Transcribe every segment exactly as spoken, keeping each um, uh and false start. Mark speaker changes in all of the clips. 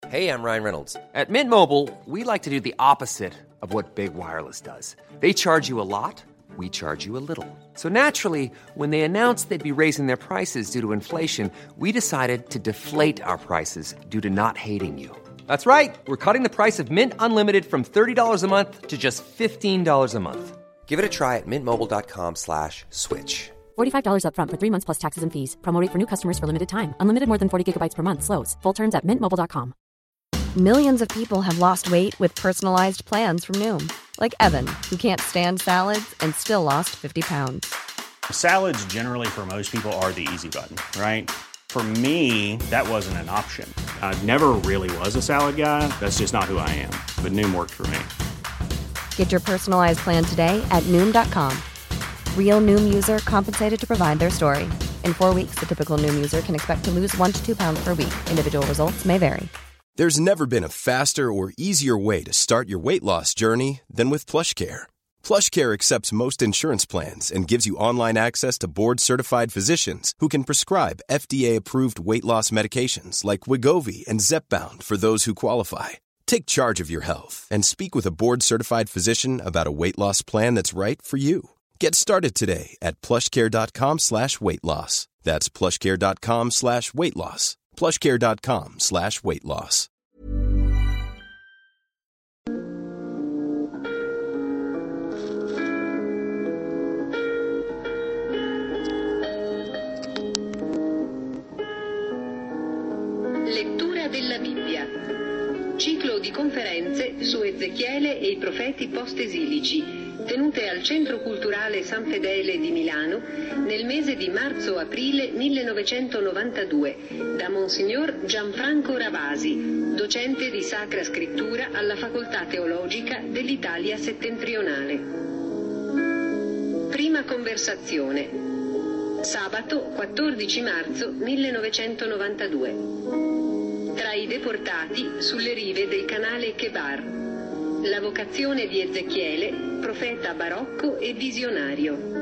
Speaker 1: Hey, I'm Ryan Reynolds.
Speaker 2: At Mint Mobile, we like to do the opposite of what Big Wireless does. They charge you a lot, we charge you a little. So naturally, when they announced they'd be raising their prices due to inflation, we decided to deflate our prices due to not hating you. That's right. We're cutting the price of Mint Unlimited from thirty dollars a month to just fifteen dollars a month.
Speaker 1: Give it a try at mintmobile.com slash switch.
Speaker 3: forty-five dollars up front for three months plus taxes and fees. Promo rate for new customers for limited time. Unlimited more than forty gigabytes per month slows. Full terms at mint mobile dot com.
Speaker 4: Millions of people have lost weight with personalized plans from Noom. Like Evan, who can't stand salads and still lost fifty pounds.
Speaker 5: Salads generally for most people are the easy button, right? For me, that wasn't an option. I never really was a salad guy. That's just not who I am. But Noom worked for me.
Speaker 4: Get your personalized plan today at Noom dot com. Real Noom user compensated to provide their story. In four weeks, the typical Noom user can expect to lose one to two pounds per week. Individual results may vary.
Speaker 6: There's never been a faster or easier way to start your weight loss journey than with PlushCare. PlushCare accepts most insurance plans and gives you online access to board-certified physicians who can prescribe F D A-approved weight loss medications like Wegovy and Zepbound for those who qualify. Take charge of your health and speak with a board-certified physician about a weight loss plan that's right for you. Get started today at plushcare.com slash weight loss. That's plushcare.com slash weight loss. plushcare.com slash weight loss.
Speaker 7: Lettura della Bibbia. Ciclo di conferenze su Ezechiele e i profeti post-esilici, tenute al Centro Culturale San Fedele di Milano nel mese di marzo-aprile millenovecentonovantadue da Monsignor Gianfranco Ravasi, docente di Sacra Scrittura alla Facoltà Teologica dell'Italia Settentrionale. Prima conversazione. Sabato quattordici marzo millenovecentonovantadue. Tra i deportati sulle rive del canale Chebar. La vocazione di Ezechiele, profeta barocco e visionario.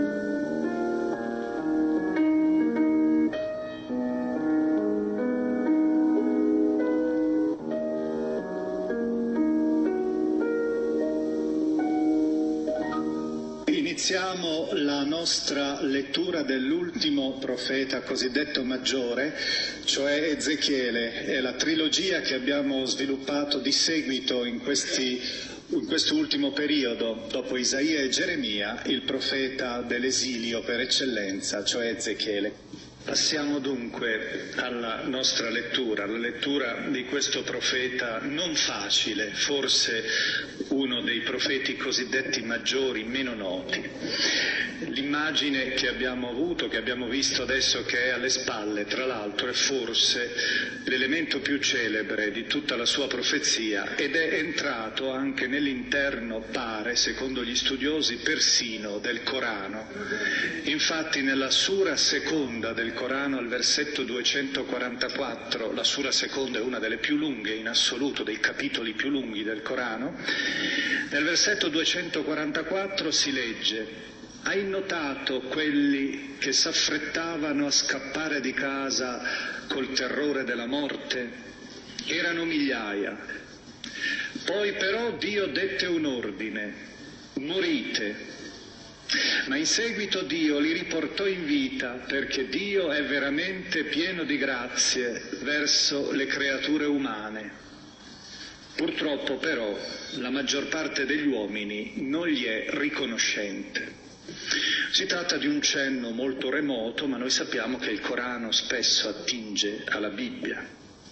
Speaker 8: Iniziamo la nostra lettura dell'ultimo profeta cosiddetto maggiore, cioè Ezechiele. È la trilogia che abbiamo sviluppato di seguito in questi in quest'ultimo periodo, dopo Isaia e Geremia, il profeta dell'esilio per eccellenza, cioè Ezechiele. Passiamo dunque alla nostra lettura, la lettura di questo profeta non facile, forse uno dei profeti cosiddetti maggiori, meno noti. L'immagine che abbiamo avuto, che abbiamo visto adesso, che è alle spalle, tra l'altro, è forse l'elemento più celebre di tutta la sua profezia ed è entrato anche nell'interno, pare, secondo gli studiosi, persino del Corano. Infatti nella sura seconda del Corano, al versetto duecentoquarantaquattro, la sura seconda è una delle più lunghe in assoluto, dei capitoli più lunghi del Corano, nel versetto duecentoquarantaquattro si legge: hai notato quelli che s'affrettavano a scappare di casa col terrore della morte? Erano migliaia. Poi però Dio dette un ordine: morite. Ma in seguito Dio li riportò in vita, perché Dio è veramente pieno di grazie verso le creature umane. Purtroppo però la maggior parte degli uomini non gli è riconoscente. Si tratta di un cenno molto remoto, ma noi sappiamo che il Corano spesso attinge alla Bibbia.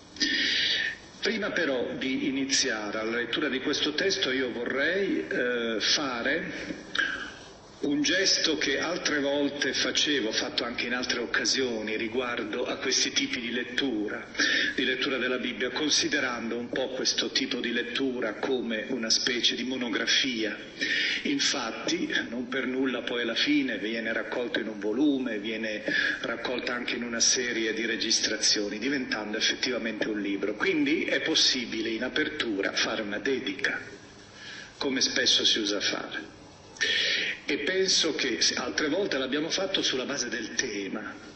Speaker 8: Prima però di iniziare alla lettura di questo testo io vorrei eh, fare un gesto che altre volte facevo, ho fatto anche in altre occasioni riguardo a questi tipi di lettura, di lettura della Bibbia, considerando un po' questo tipo di lettura come una specie di monografia. Infatti, non per nulla poi alla fine viene raccolto in un volume, viene raccolta anche in una serie di registrazioni, diventando effettivamente un libro. Quindi è possibile in apertura fare una dedica, come spesso si usa fare. E penso che altre volte l'abbiamo fatto sulla base del tema,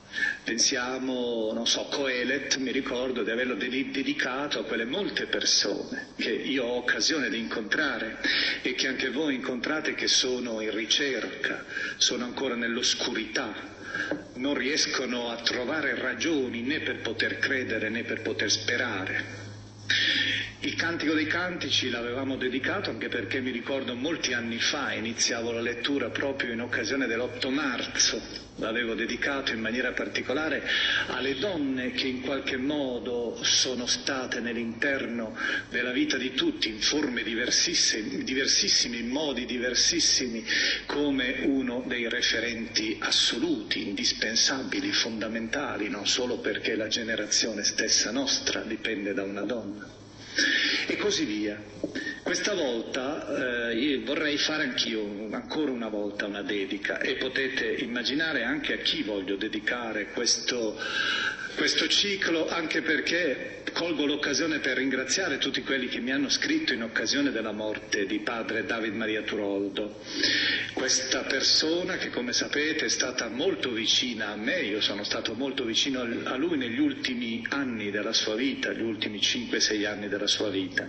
Speaker 8: Pensiamo, non so, Coelet, mi ricordo di averlo dedicato a quelle molte persone che io ho occasione di incontrare e che anche voi incontrate, che sono in ricerca, sono ancora nell'oscurità, non riescono a trovare ragioni né per poter credere né per poter sperare. Il Cantico dei Cantici l'avevamo dedicato anche perché mi ricordo molti anni fa iniziavo la lettura proprio in occasione dell'otto marzo, l'avevo dedicato in maniera particolare alle donne che in qualche modo sono state nell'interno della vita di tutti in forme diversissime, diversissime, in modi diversissimi, come uno dei referenti assoluti, indispensabili, fondamentali, non solo perché la generazione stessa nostra dipende da una donna. E così via. Questa volta eh, io vorrei fare anch'io ancora una volta una dedica e potete immaginare anche a chi voglio dedicare questo, questo ciclo, anche perché colgo l'occasione per ringraziare tutti quelli che mi hanno scritto in occasione della morte di padre David Maria Turoldo. Questa persona che, come sapete, è stata molto vicina a me, io sono stato molto vicino a lui negli ultimi anni della sua vita, gli ultimi cinque sei anni della sua vita.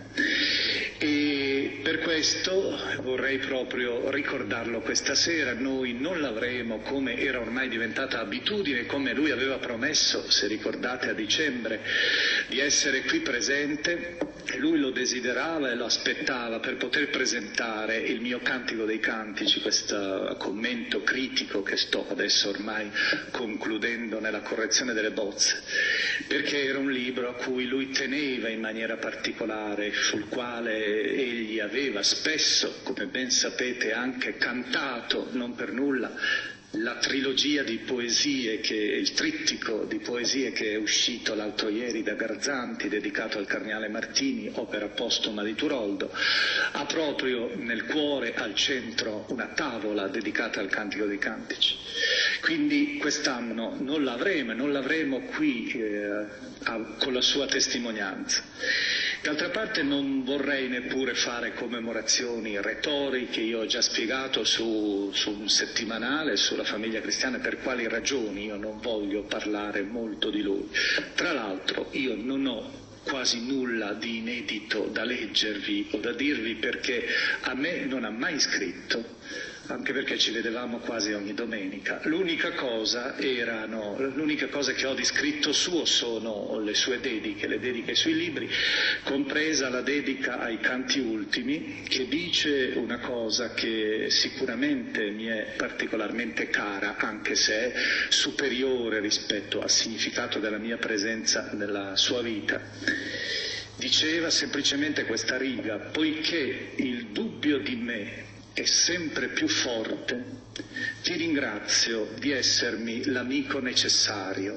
Speaker 8: E per questo vorrei proprio ricordarlo questa sera. Noi non l'avremo, come era ormai diventata abitudine, come lui aveva promesso, se ricordate, a dicembre, di essere qui presente, e lui lo desiderava e lo aspettava per poter presentare il mio Cantico dei Cantici, questo commento critico che sto adesso ormai concludendo nella correzione delle bozze, perché era un libro a cui lui teneva in maniera particolare, sul quale egli aveva spesso, come ben sapete, anche cantato, non per nulla, la trilogia di poesie, che il trittico di poesie che è uscito l'altro ieri da Garzanti, dedicato al Cardinale Martini, opera postuma di Turoldo, ha proprio nel cuore, al centro, una tavola dedicata al Cantico dei Cantici. Quindi quest'anno non l'avremo, non l'avremo qui eh, a, con la sua testimonianza. D'altra parte non vorrei neppure fare commemorazioni retoriche, io ho già spiegato su, su un settimanale sulla famiglia cristiana per quali ragioni io non voglio parlare molto di lui. Tra l'altro io non ho quasi nulla di inedito da leggervi o da dirvi, perché a me non ha mai scritto, anche perché ci vedevamo quasi ogni domenica. L'unica cosa erano, l'unica cosa che ho di scritto suo sono le sue dediche, le dediche sui libri, compresa la dedica ai Canti Ultimi, che dice una cosa che sicuramente mi è particolarmente cara, anche se è superiore rispetto al significato della mia presenza nella sua vita. Diceva semplicemente questa riga: poiché il dubbio di me è sempre più forte, ti ringrazio di essermi l'amico necessario.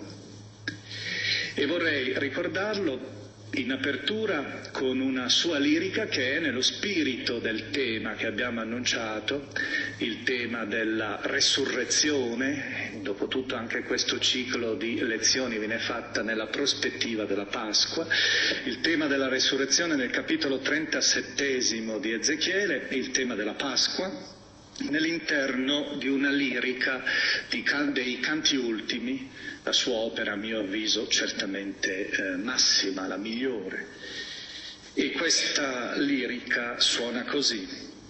Speaker 8: E vorrei ricordarlo in apertura con una sua lirica che è nello spirito del tema che abbiamo annunciato, il tema della resurrezione. Dopotutto anche questo ciclo di lezioni viene fatta nella prospettiva della Pasqua. Il tema della resurrezione nel capitolo trentasettesimo di Ezechiele, il tema della Pasqua nell'interno di una lirica di can- dei Canti Ultimi, la sua opera a mio avviso certamente eh, massima, la migliore. E questa lirica suona così: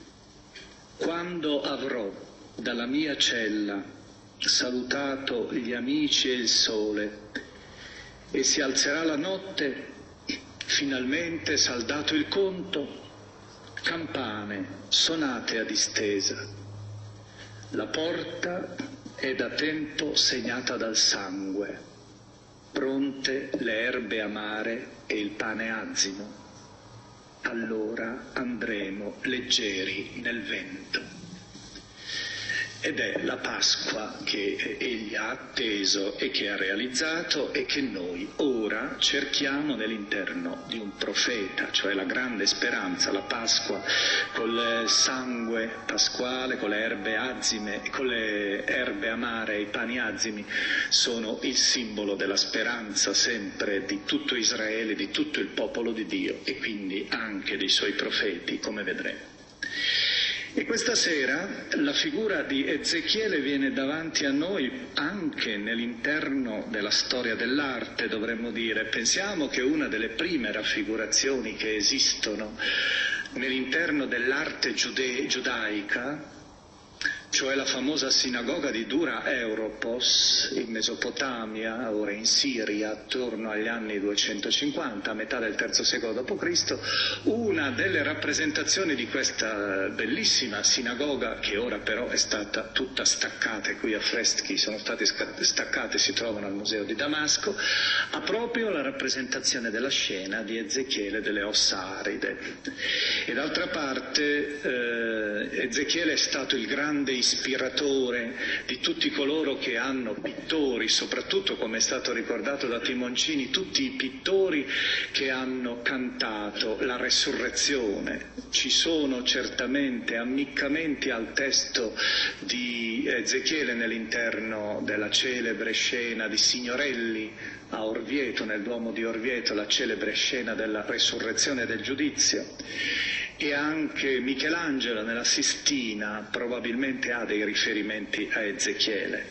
Speaker 8: quando avrò dalla mia cella salutato gli amici e il sole, e si alzerà la notte, finalmente saldato il conto, campane sonate a distesa, la porta è da tempo segnata dal sangue, pronte le erbe amare e il pane azimo, allora andremo leggeri nel vento. Ed è la Pasqua che egli ha atteso e che ha realizzato, e che noi ora cerchiamo nell'interno di un profeta, cioè la grande speranza, la Pasqua col sangue pasquale, con le erbe azime, con le erbe amare e i pani azimi, sono il simbolo della speranza sempre di tutto Israele, di tutto il popolo di Dio, e quindi anche dei suoi profeti, come vedremo. E questa sera la figura di Ezechiele viene davanti a noi anche nell'interno della storia dell'arte, dovremmo dire. Pensiamo che una delle prime raffigurazioni che esistono nell'interno dell'arte giude- giudaica, cioè la famosa sinagoga di Dura Europos in Mesopotamia, ora in Siria, attorno agli anni duecentocinquanta, a metà del terzo secolo dopo Cristo, una delle rappresentazioni di questa bellissima sinagoga, che ora però è stata tutta staccata, e qui affreschi sono stati staccati, si trovano al Museo di Damasco, ha proprio la rappresentazione della scena di Ezechiele delle ossa aride. E d'altra parte eh, Ezechiele è stato il grande ispiratore di tutti coloro che hanno pittori, soprattutto, come è stato ricordato da Timoncini, tutti i pittori che hanno cantato la resurrezione. Ci sono certamente ammiccamenti al testo di Ezechiele nell'interno della celebre scena di Signorelli a Orvieto, nel Duomo di Orvieto, la celebre scena della resurrezione e del giudizio. E anche Michelangelo nella Sistina probabilmente ha dei riferimenti a Ezechiele.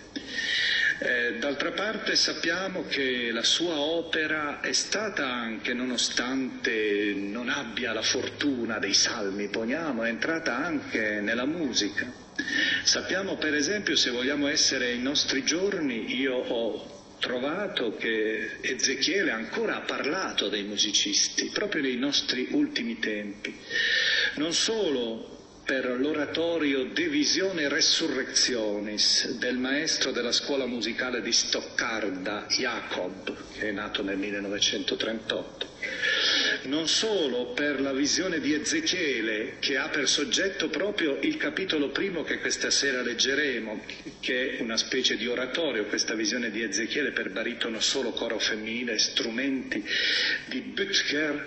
Speaker 8: Eh, d'altra parte sappiamo che la sua opera è stata anche, nonostante non abbia la fortuna dei salmi, poniamo, è entrata anche nella musica. Sappiamo per esempio, se vogliamo essere ai nostri giorni, io ho trovato che Ezechiele ancora ha parlato dei musicisti, proprio nei nostri ultimi tempi, non solo per l'oratorio De Visione Resurrectionis del maestro della scuola musicale di Stoccarda, Jacob, che è nato nel millenovecentotrentotto, non solo per la visione di Ezechiele, che ha per soggetto proprio il capitolo primo che questa sera leggeremo, che è una specie di oratorio, questa visione di Ezechiele per baritono solo, coro femminile, strumenti di Bütker,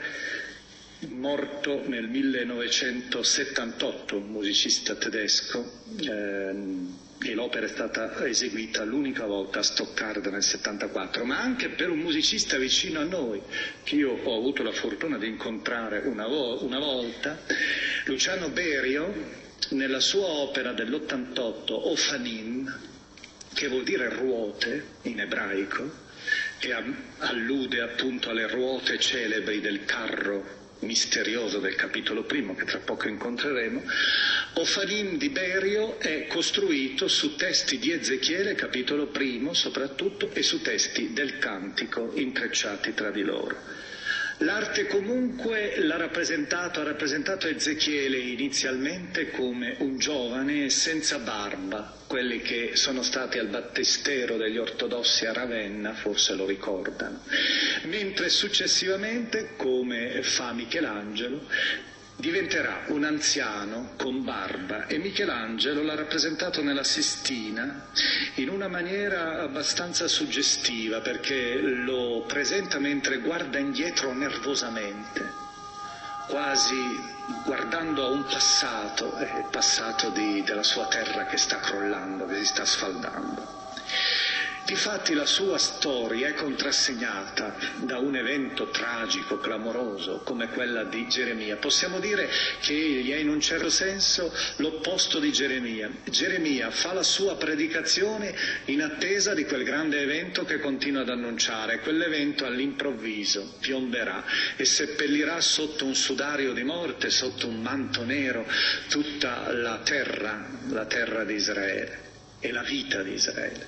Speaker 8: morto nel millenovecentosettantotto, un musicista tedesco, ehm, e l'opera è stata eseguita l'unica volta a Stoccarda nel settantaquattro, ma anche per un musicista vicino a noi, che io ho avuto la fortuna di incontrare una, vo- una volta, Luciano Berio, nella sua opera dell'ottantotto, Ofanim, che vuol dire ruote in ebraico, e a- allude appunto alle ruote celebri del carro misterioso del capitolo primo, che tra poco incontreremo. Ofanim di Berio è costruito su testi di Ezechiele, capitolo primo soprattutto, e su testi del Cantico intrecciati tra di loro. L'arte comunque l'ha rappresentato, ha rappresentato Ezechiele inizialmente come un giovane senza barba. Quelli che sono stati al battistero degli ortodossi a Ravenna forse lo ricordano, mentre successivamente, come fa Michelangelo, diventerà un anziano con barba, e Michelangelo l'ha rappresentato nella Sistina in una maniera abbastanza suggestiva, perché lo presenta mentre guarda indietro nervosamente, quasi guardando a un passato, eh, il passato di, della sua terra che sta crollando, che si sta sfaldando. Difatti la sua storia è contrassegnata da un evento tragico, clamoroso, come quella di Geremia. Possiamo dire che egli è in un certo senso l'opposto di Geremia. Geremia fa la sua predicazione in attesa di quel grande evento che continua ad annunciare. Quell'evento all'improvviso piomberà e seppellirà sotto un sudario di morte, sotto un manto nero, tutta la terra, la terra di Israele e la vita di Israele.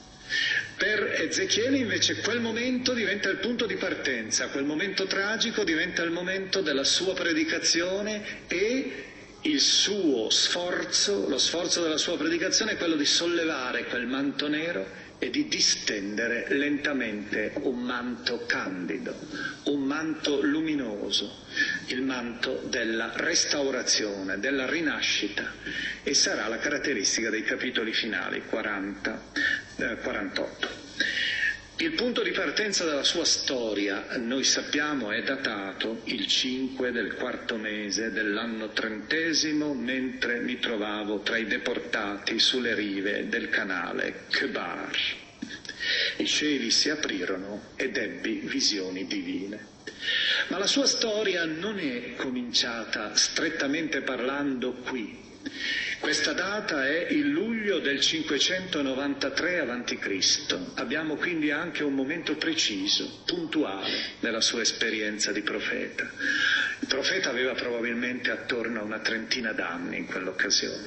Speaker 8: Per Ezechiele invece quel momento diventa il punto di partenza, quel momento tragico diventa il momento della sua predicazione, e il suo sforzo, lo sforzo della sua predicazione è quello di sollevare quel manto nero e di distendere lentamente un manto candido, un manto luminoso, il manto della restaurazione, della rinascita, e sarà la caratteristica dei capitoli finali quaranta, eh, quarantotto. Il punto di partenza della sua storia, noi sappiamo, è datato il cinque del quarto mese dell'anno trentesimo, mentre mi trovavo tra i deportati sulle rive del canale Kebar. I cieli si aprirono ed ebbi visioni divine. Ma la sua storia non è cominciata, strettamente parlando, qui, Questa data è il luglio del cinquecentonovantatré avanti Cristo Abbiamo quindi anche un momento preciso, puntuale, della sua esperienza di profeta. Il profeta aveva probabilmente attorno a una trentina d'anni in quell'occasione.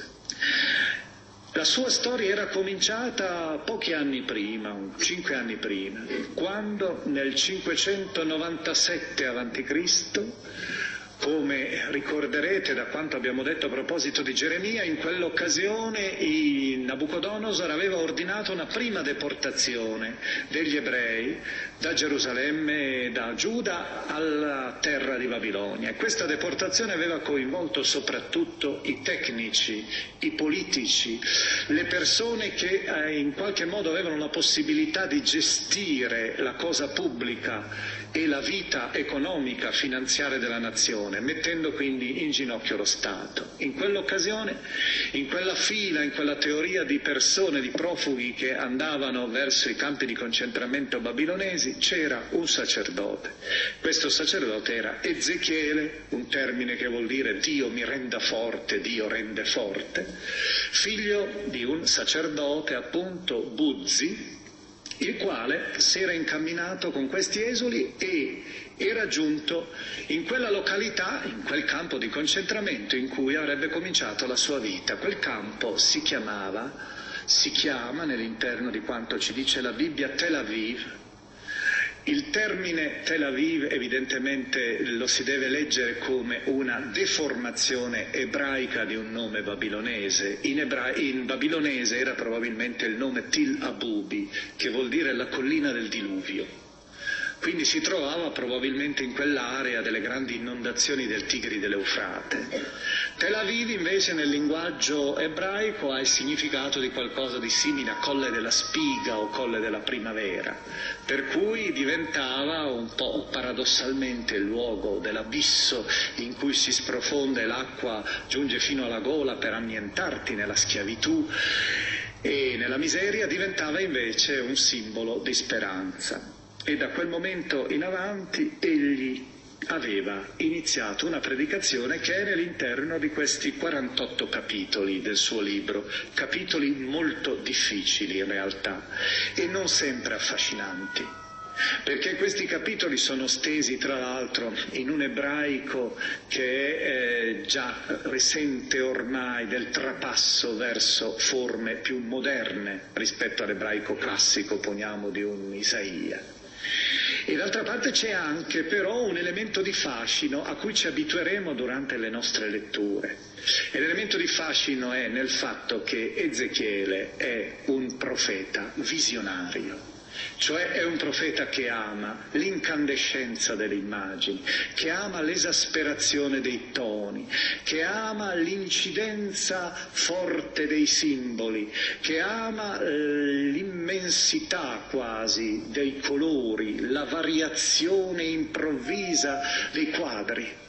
Speaker 8: La sua storia era cominciata pochi anni prima, cinque anni prima, quando nel cinquecentonovantasette avanti Cristo come ricorderete da quanto abbiamo detto a proposito di Geremia, in quell'occasione Nabucodonosor aveva ordinato una prima deportazione degli ebrei da Gerusalemme e da Giuda alla terra di Babilonia. E questa deportazione aveva coinvolto soprattutto i tecnici, i politici, le persone che eh, in qualche modo avevano la possibilità di gestire la cosa pubblica e la vita economica, finanziaria della nazione, mettendo quindi in ginocchio lo Stato. In quell'occasione, in quella fila, in quella teoria di persone, di profughi che andavano verso i campi di concentramento babilonesi, c'era un sacerdote. Questo sacerdote era Ezechiele, un termine che vuol dire Dio mi renda forte, Dio rende forte, figlio di un sacerdote appunto Buzzi, il quale si era incamminato con questi esuli e era giunto in quella località, in quel campo di concentramento in cui avrebbe cominciato la sua vita. Quel campo si chiamava, si chiama nell'interno di quanto ci dice la Bibbia, Tel Aviv. Il termine Tel Aviv evidentemente lo si deve leggere come una deformazione ebraica di un nome babilonese. In, ebra- in babilonese era probabilmente il nome Til Abubi, che vuol dire la collina del diluvio. Quindi si trovava probabilmente in quell'area delle grandi inondazioni del Tigri dell'Eufrate. Tel Aviv invece nel linguaggio ebraico ha il significato di qualcosa di simile a Colle della Spiga o Colle della Primavera, per cui diventava un po' paradossalmente il luogo dell'abisso in cui si sprofonda e l'acqua giunge fino alla gola per annientarti nella schiavitù e nella miseria, diventava invece un simbolo di speranza. E da quel momento in avanti egli aveva iniziato una predicazione che è nell'interno di questi quarantotto capitoli del suo libro, capitoli molto difficili in realtà e non sempre affascinanti, perché questi capitoli sono stesi tra l'altro in un ebraico che è eh, già risente ormai del trapasso verso forme più moderne rispetto all'ebraico classico, poniamo, di un Isaia. E d'altra parte c'è anche però un elemento di fascino a cui ci abitueremo durante le nostre letture. E l'elemento di fascino è nel fatto che Ezechiele è un profeta visionario. Cioè è un profeta che ama l'incandescenza delle immagini, che ama l'esasperazione dei toni, che ama l'incidenza forte dei simboli, che ama eh, l'immensità quasi dei colori, la variazione improvvisa dei quadri,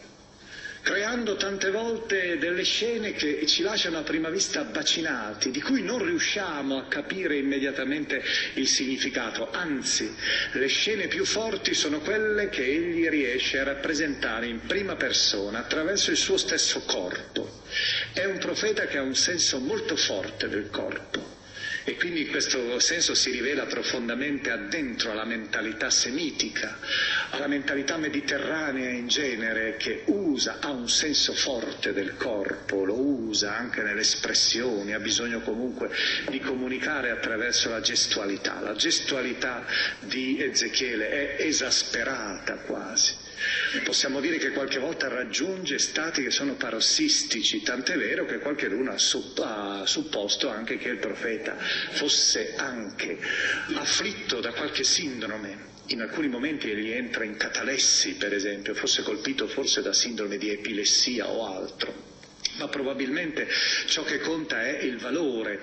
Speaker 8: creando tante volte delle scene che ci lasciano a prima vista bacinati, di cui non riusciamo a capire immediatamente il significato. Anzi, le scene più forti sono quelle che egli riesce a rappresentare in prima persona attraverso il suo stesso corpo. È un profeta che ha un senso molto forte del corpo. E quindi questo senso si rivela profondamente addentro alla mentalità semitica, alla mentalità mediterranea in genere, che usa, ha un senso forte del corpo, lo usa anche nelle espressioni, ha bisogno comunque di comunicare attraverso la gestualità. La gestualità di Ezechiele è esasperata quasi. Possiamo dire che qualche volta raggiunge stati che sono parossistici, tant'è vero che qualcuno ha, supp- ha supposto anche che il profeta fosse anche afflitto da qualche sindrome. In alcuni momenti egli entra in catalessi, per esempio, fosse colpito forse da sindrome di epilessia o altro. Ma probabilmente ciò che conta è il valore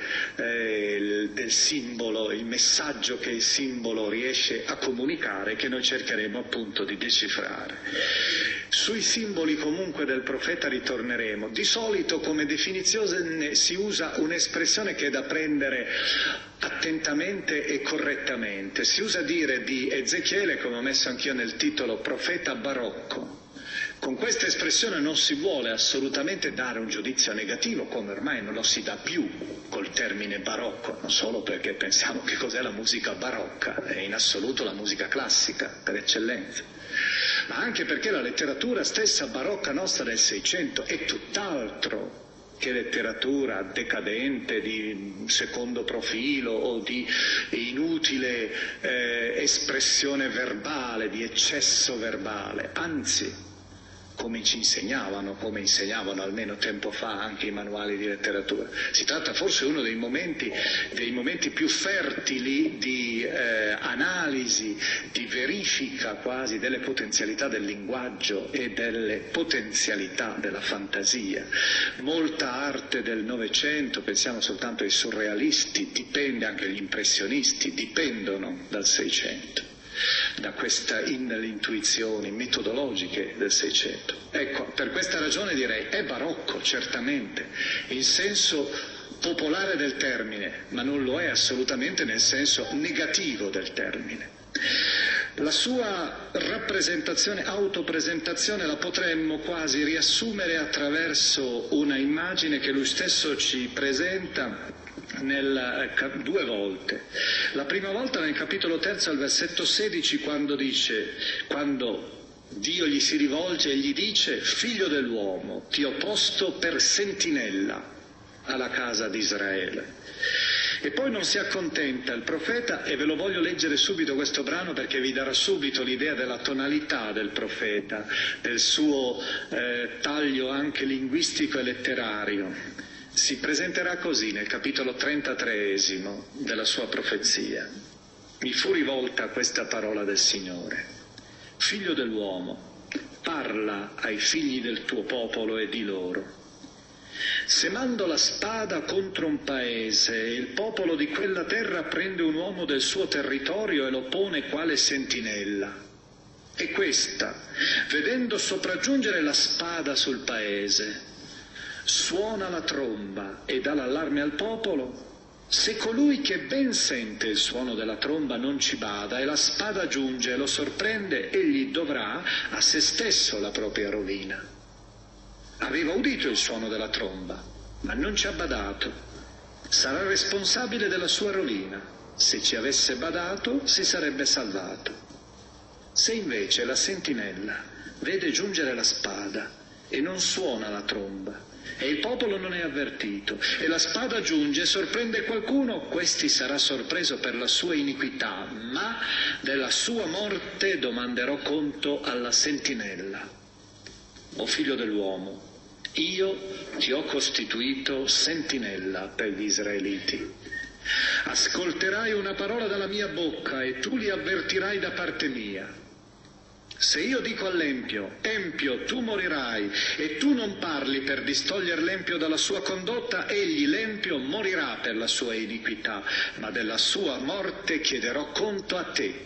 Speaker 8: eh, del simbolo, il messaggio che il simbolo riesce a comunicare, che noi cercheremo appunto di decifrare. Sui simboli comunque del profeta ritorneremo. Di solito come definizione si usa un'espressione che è da prendere attentamente e correttamente. Si usa dire di Ezechiele, come ho messo anch'io nel titolo, profeta barocco. Con questa espressione non si vuole assolutamente dare un giudizio negativo, come ormai non lo si dà più col termine barocco, non solo perché pensiamo che cos'è la musica barocca, è in assoluto la musica classica per eccellenza, ma anche perché la letteratura stessa barocca nostra del Seicento è tutt'altro che letteratura decadente di secondo profilo o di inutile eh, espressione verbale, di eccesso verbale, anzi, come ci insegnavano, come insegnavano almeno tempo fa anche i manuali di letteratura. Si tratta forse uno dei momenti, dei momenti più fertili di eh, analisi, di verifica quasi delle potenzialità del linguaggio e delle potenzialità della fantasia. Molta arte del Novecento, pensiamo soltanto ai surrealisti, dipende, anche gli impressionisti, dipendono dal Seicento, da queste intuizioni metodologiche del Seicento. Ecco, per questa ragione direi è barocco, certamente, in senso popolare del termine, ma non lo è assolutamente nel senso negativo del termine. La sua rappresentazione, autopresentazione, la potremmo quasi riassumere attraverso una immagine che lui stesso ci presenta nel, due volte. La prima volta nel capitolo terzo al versetto sedici, quando dice, quando Dio gli si rivolge e gli dice: figlio dell'uomo, ti ho posto per sentinella alla casa di Israele. E poi non si accontenta il profeta, e ve lo voglio leggere subito questo brano perché vi darà subito l'idea della tonalità del profeta, del suo eh, taglio anche linguistico e letterario. Si presenterà così nel capitolo trentatreesimo della sua profezia. Mi fu rivolta questa parola del Signore: figlio dell'uomo, parla ai figli del tuo popolo e di loro: se mando la spada contro un paese e il popolo di quella terra prende un uomo del suo territorio e lo pone quale sentinella, e questa, vedendo sopraggiungere la spada sul paese, suona la tromba e dà l'allarme al popolo, se colui che ben sente il suono della tromba non ci bada e la spada giunge e lo sorprende, egli dovrà a se stesso la propria rovina. Aveva udito il suono della tromba, ma non ci ha badato. Sarà responsabile della sua rovina. Se ci avesse badato, si sarebbe salvato. Se invece la sentinella vede giungere la spada e non suona la tromba, e il popolo non è avvertito, e la spada giunge e sorprende qualcuno, questi sarà sorpreso per la sua iniquità, ma della sua morte domanderò conto alla sentinella. O figlio dell'uomo, io ti ho costituito sentinella per gli israeliti. Ascolterai una parola dalla mia bocca e tu li avvertirai da parte mia. Se io dico all'empio: empio, tu morirai, e tu non parli per distogliere l'empio dalla sua condotta, egli, l'empio, morirà per la sua iniquità, ma della sua morte chiederò conto a te.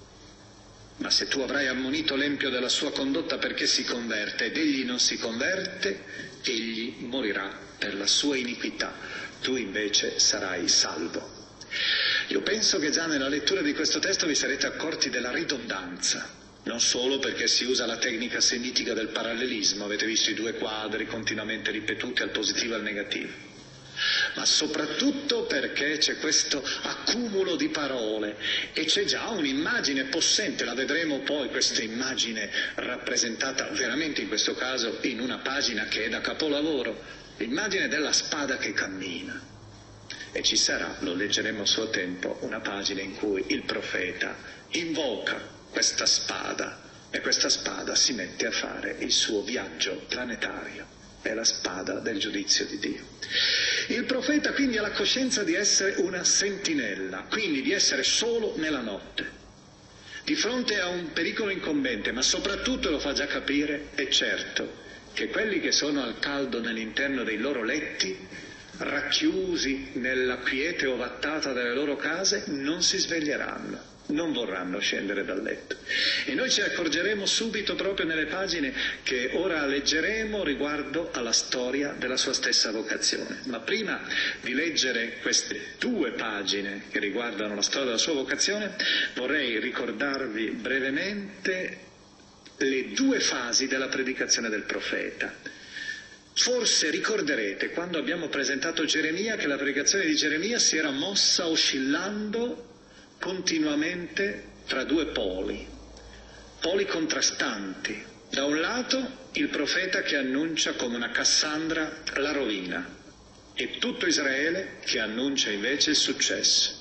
Speaker 8: Ma se tu avrai ammonito l'empio della sua condotta perché si converte, ed egli non si converte, egli morirà per la sua iniquità, tu invece sarai salvo. Io penso che già nella lettura di questo testo vi sarete accorti della ridondanza. Non solo perché si usa la tecnica semitica del parallelismo, avete visto i due quadri continuamente ripetuti al positivo e al negativo, ma soprattutto perché c'è questo accumulo di parole e c'è già un'immagine possente, la vedremo poi questa immagine rappresentata veramente in questo caso in una pagina che è da capolavoro, l'immagine della spada che cammina. E ci sarà, lo leggeremo a suo tempo, una pagina in cui il profeta invoca questa spada e questa spada si mette a fare il suo viaggio planetario, è la spada del giudizio di Dio. Il profeta quindi ha la coscienza di essere una sentinella, quindi di essere solo nella notte, di fronte a un pericolo incombente, ma soprattutto lo fa già capire, è certo, che quelli che sono al caldo nell'interno dei loro letti, racchiusi nella quiete ovattata delle loro case, non si sveglieranno, non vorranno scendere dal letto. E noi ci accorgeremo subito proprio nelle pagine che ora leggeremo riguardo alla storia della sua stessa vocazione. Ma prima di leggere queste due pagine che riguardano la storia della sua vocazione, vorrei ricordarvi brevemente le due fasi della predicazione del profeta. Forse ricorderete quando abbiamo presentato Geremia che la predicazione di Geremia si era mossa oscillando continuamente tra due poli, poli contrastanti. Da un lato il profeta che annuncia come una Cassandra la rovina e tutto Israele che annuncia invece il successo.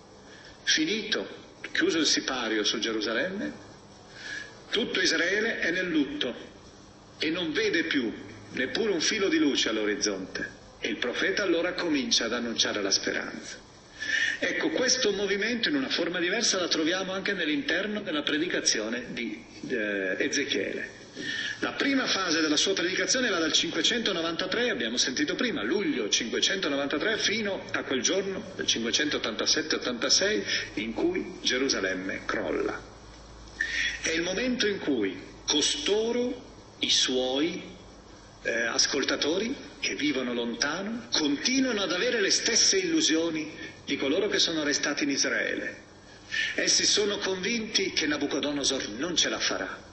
Speaker 8: Finito, chiuso il sipario su Gerusalemme, tutto Israele è nel lutto e non vede più neppure un filo di luce all'orizzonte e il profeta allora comincia ad annunciare la speranza. Ecco, questo movimento in una forma diversa la troviamo anche nell'interno della predicazione di eh, Ezechiele. La prima fase della sua predicazione va dal cinquecentonovantatré, abbiamo sentito prima, luglio cinquecentonovantatré, fino a quel giorno del cinquecentottantasette ottantasei in cui Gerusalemme crolla. È il momento in cui costoro, i suoi eh, ascoltatori che vivono lontano, continuano ad avere le stesse illusioni di coloro che sono restati in Israele. Essi sono convinti che Nabucodonosor non ce la farà.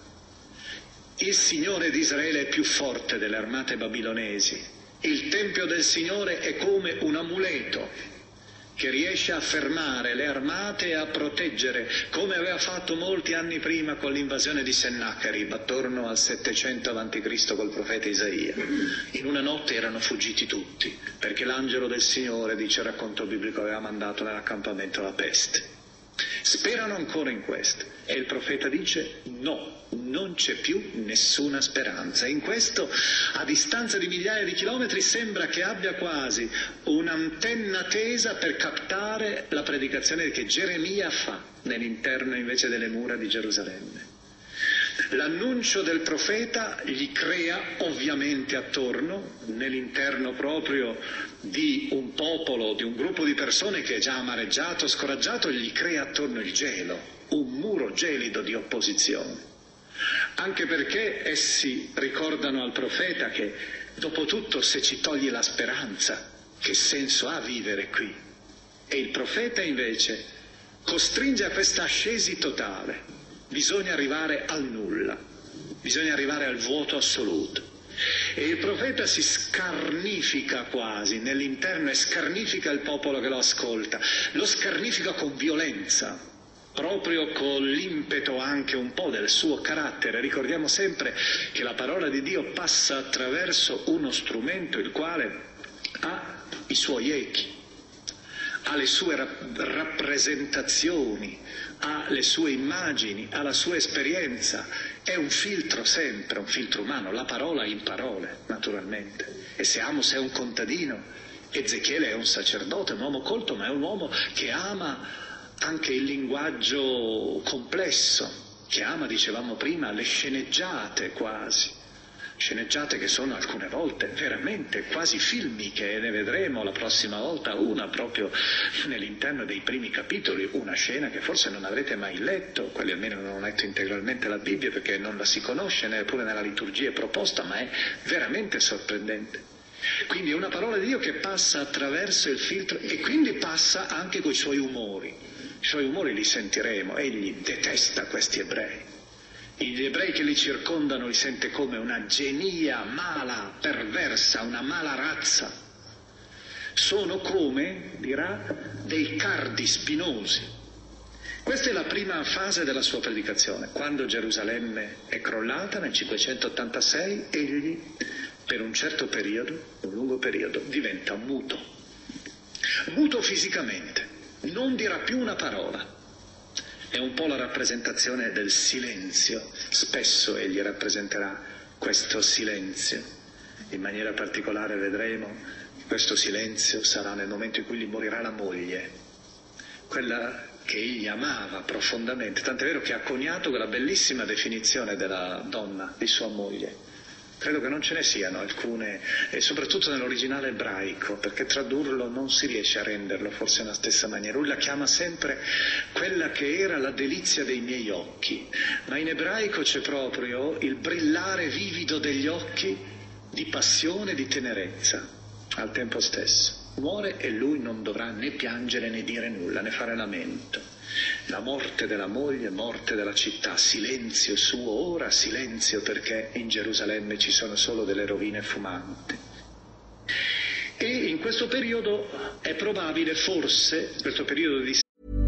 Speaker 8: Il Signore di Israele è più forte delle armate babilonesi. Il Tempio del Signore è come un amuleto che riesce a fermare le armate e a proteggere, come aveva fatto molti anni prima con l'invasione di Sennacherib, attorno al settecento avanti Cristo col profeta Isaia. In una notte erano fuggiti tutti, perché l'angelo del Signore, dice il racconto biblico, aveva mandato nell'accampamento la peste. Sperano ancora in questo e il profeta dice no, non c'è più nessuna speranza. In questo, a distanza di migliaia di chilometri, sembra che abbia quasi un'antenna tesa per captare la predicazione che Geremia fa nell'interno invece delle mura di Gerusalemme. L'annuncio del profeta gli crea ovviamente attorno, nell'interno proprio di un popolo, di un gruppo di persone che è già amareggiato, scoraggiato, gli crea attorno il gelo, un muro gelido di opposizione. Anche perché essi ricordano al profeta che, dopo tutto, se ci toglie la speranza, che senso ha vivere qui? E il profeta invece costringe a questa ascesi totale. Bisogna arrivare al nulla, bisogna arrivare al vuoto assoluto. E il profeta si scarnifica quasi nell'interno e scarnifica il popolo che lo ascolta, lo scarnifica con violenza, proprio con l'impeto anche un po' del suo carattere. Ricordiamo sempre che la parola di Dio passa attraverso uno strumento il quale ha i suoi echi, ha le sue rap- rappresentazioni, ha le sue immagini, ha la sua esperienza, è un filtro sempre, un filtro umano, la parola in parole, naturalmente. E se Amos è un contadino, Ezechiele è un sacerdote, un uomo colto, ma è un uomo che ama anche il linguaggio complesso, che ama, dicevamo prima, le sceneggiate quasi. Sceneggiate che sono alcune volte veramente quasi filmiche, e ne vedremo la prossima volta una proprio nell'interno dei primi capitoli, una scena che forse non avrete mai letto, quelli almeno non hanno letto integralmente la Bibbia perché non la si conosce neppure nella liturgia è proposta, ma è veramente sorprendente. Quindi è una parola di Dio che passa attraverso il filtro e quindi passa anche coi suoi umori. I suoi umori li sentiremo, egli detesta questi ebrei. Gli ebrei che li circondano li sente come una genia mala, perversa, una mala razza. Sono come, dirà, dei cardi spinosi. Questa è la prima fase della sua predicazione. Quando Gerusalemme è crollata nel cinquecentottantasei, egli per un certo periodo, un lungo periodo, diventa muto. Muto fisicamente, non dirà più una parola. È un po' la rappresentazione del silenzio, spesso egli rappresenterà questo silenzio, in maniera particolare vedremo che questo silenzio sarà nel momento in cui gli morirà la moglie, quella che egli amava profondamente, tant'è vero che ha coniato quella bellissima definizione della donna, di sua moglie. Credo che non ce ne siano alcune, e soprattutto nell'originale ebraico, perché tradurlo non si riesce a renderlo forse nella stessa maniera. Lui la chiama sempre quella che era la delizia dei miei occhi, ma in ebraico c'è proprio il brillare vivido degli occhi di passione e di tenerezza al tempo stesso. Muore e lui non dovrà né piangere né dire nulla, né fare lamento. La morte della moglie, morte della città, silenzio suo ora, silenzio perché in Gerusalemme ci sono solo delle rovine fumanti. E in questo periodo è probabile, forse, questo periodo di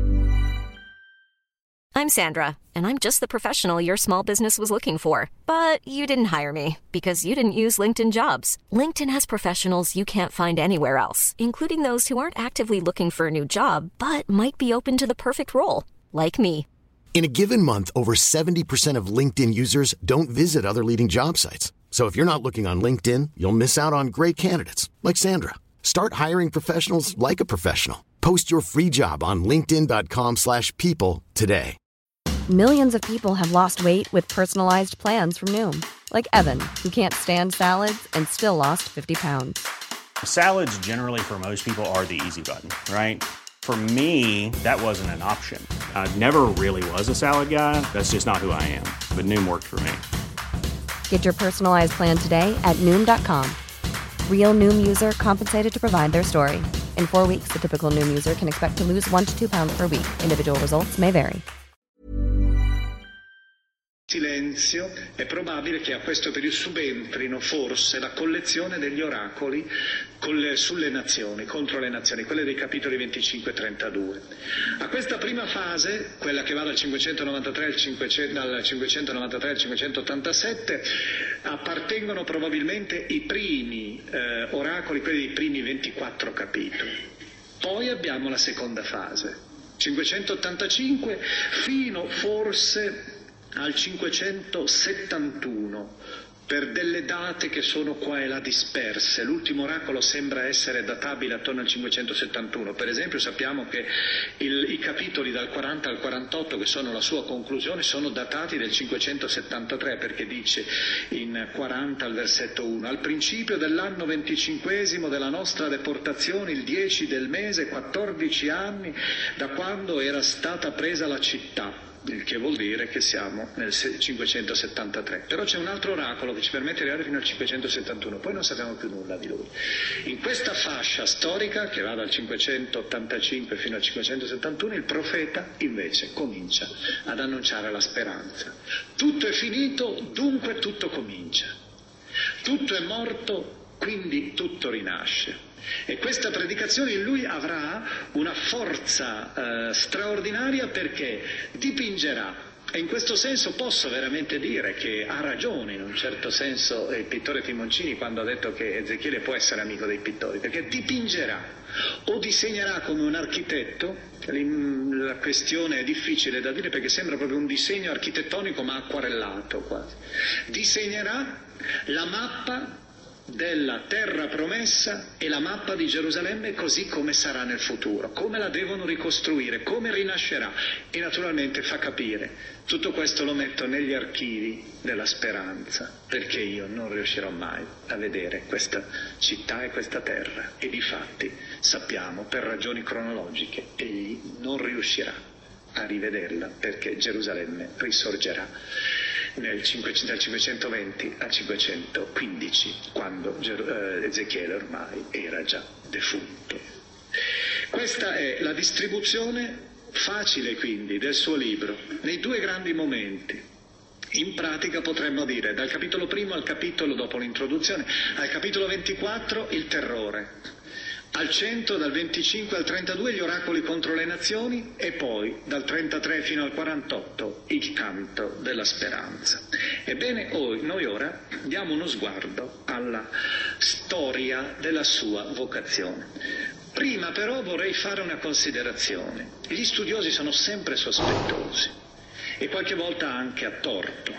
Speaker 9: I'm Sandra, and I'm just the professional your small business was looking for. But you didn't hire me because you didn't use LinkedIn Jobs. LinkedIn has professionals you can't find anywhere else, including those who aren't actively looking for a new job, but might be open to the perfect role, like me.
Speaker 10: In a given month, over seventy percent of LinkedIn users don't visit other leading job sites. So if you're not looking on LinkedIn, you'll miss out on great candidates, like Sandra. Start hiring professionals like a professional. Post your free job on linkedin.com slash people today.
Speaker 4: Millions of people have lost weight with personalized plans from Noom. Like Evan, who can't stand salads and still lost fifty pounds.
Speaker 5: Salads generally for most people are the easy button, right? For me, that wasn't an option. I never really was a salad guy. That's just not who I am. But Noom worked for me.
Speaker 4: Get your personalized plan today at Noom dot com. Real Noom user compensated to provide their story. In four weeks, the typical Noom user can expect to lose one to two pounds per week. Individual results may vary.
Speaker 8: Silenzio, è probabile che a questo periodo subentrino forse la collezione degli oracoli con le, sulle nazioni, contro le nazioni, quelle dei capitoli venticinque e trentadue. A questa prima fase, quella che va dal cinquecentonovantatré al, cinquecento, dal cinquecentonovantatré al cinquecentottantasette, appartengono probabilmente i primi eh, oracoli, quelli dei primi ventiquattro capitoli. Poi abbiamo la seconda fase, cinquecentottantacinque fino forse al cinquecentosettantuno, per delle date che sono qua e là disperse. L'ultimo oracolo sembra essere databile attorno al cinquecentosettantuno. Per esempio sappiamo che il, i capitoli dal quaranta al quarantotto, che sono la sua conclusione, sono datati del cinquecentosettantatré, perché dice in quaranta al versetto uno: al principio dell'anno venticinquesimo della nostra deportazione, il dieci del mese, quattordici anni da quando era stata presa la città. Il che vuol dire che siamo nel cinquecentosettantatré. Però c'è un altro oracolo che ci permette di arrivare fino al cinquecentosettantuno, poi non sappiamo più nulla di lui. In questa fascia storica, che va dal cinquecentottantacinque fino al cinquecentosettantuno, il profeta invece comincia ad annunciare la speranza. Tutto è finito, dunque tutto comincia. Tutto è morto, quindi tutto rinasce. E questa predicazione in lui avrà una forza eh, straordinaria, perché dipingerà, e in questo senso posso veramente dire che ha ragione in un certo senso il pittore Timoncini quando ha detto che Ezechiele può essere amico dei pittori, perché dipingerà o disegnerà come un architetto. La questione è difficile da dire perché sembra proprio un disegno architettonico ma acquarellato quasi. Disegnerà la mappa della terra promessa e la mappa di Gerusalemme così come sarà nel futuro, come la devono ricostruire, come rinascerà, e naturalmente fa capire. Tutto questo lo metto negli archivi della speranza, perché io non riuscirò mai a vedere questa città e questa terra, e difatti sappiamo per ragioni cronologiche egli non riuscirà a rivederla, perché Gerusalemme risorgerà nel dal cinquecentoventi al cinquecentoquindici, quando eh, Ezechiele ormai era già defunto. Questa è la distribuzione facile quindi del suo libro nei due grandi momenti. In pratica potremmo dire dal capitolo primo al capitolo, dopo l'introduzione, al capitolo ventiquattro il terrore. Al centro, dal venticinque al trentadue, gli oracoli contro le nazioni, e poi dal trentatré fino al quarantotto il canto della speranza. Ebbene, noi ora diamo uno sguardo alla storia della sua vocazione. Prima però vorrei fare una considerazione. Gli studiosi sono sempre sospettosi e qualche volta anche a torto.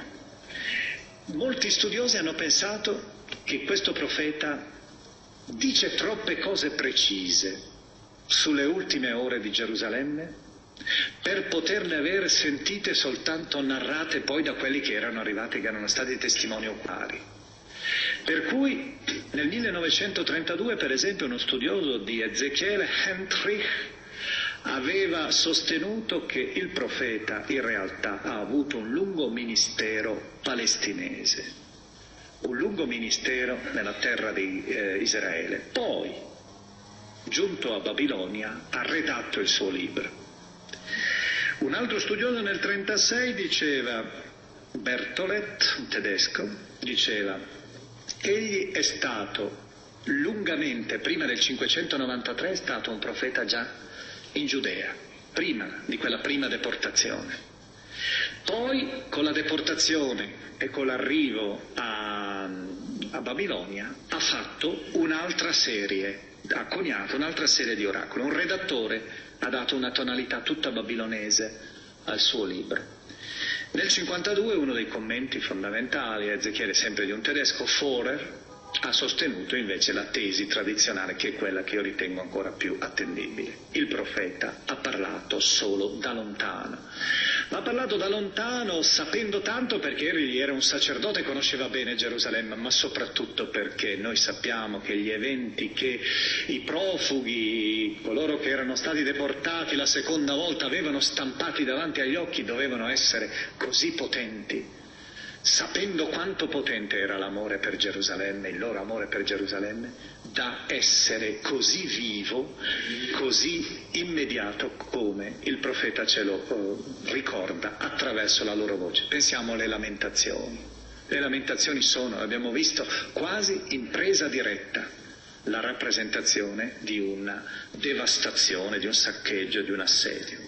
Speaker 8: Molti studiosi hanno pensato che questo profeta dice troppe cose precise sulle ultime ore di Gerusalemme per poterle avere sentite soltanto narrate poi da quelli che erano arrivati, che erano stati testimoni oculari. Per cui nel millenovecentotrentadue, per esempio, uno studioso di Ezechiele, Hendrich, aveva sostenuto che il profeta in realtà ha avuto un lungo ministero palestinese, un lungo ministero nella terra di eh, Israele. Poi, giunto a Babilonia, ha redatto il suo libro. Un altro studioso nel trentasei diceva, Bertolet, un tedesco, diceva, egli è stato lungamente, prima del cinquecentonovantatré, è stato un profeta già in Giudea, prima di quella prima deportazione. Poi con la deportazione e con l'arrivo a, a Babilonia ha fatto un'altra serie, ha coniato un'altra serie di oracoli. Un redattore ha dato una tonalità tutta babilonese al suo libro. Nel cinquantadue uno dei commenti fondamentali, Ezechiele sempre di un tedesco, Forer, ha sostenuto invece la tesi tradizionale, che è quella che io ritengo ancora più attendibile. Il profeta ha parlato solo da lontano. Ma ha parlato da lontano sapendo tanto perché egli era un sacerdote e conosceva bene Gerusalemme, ma soprattutto perché noi sappiamo che gli eventi che i profughi, coloro che erano stati deportati la seconda volta, avevano stampati davanti agli occhi, dovevano essere così potenti. Sapendo quanto potente era l'amore per Gerusalemme, il loro amore per Gerusalemme, da essere così vivo, così immediato come il profeta ce lo eh, ricorda attraverso la loro voce. Pensiamo alle lamentazioni. Le lamentazioni sono, abbiamo visto, quasi in presa diretta la rappresentazione di una devastazione, di un saccheggio, di un assedio.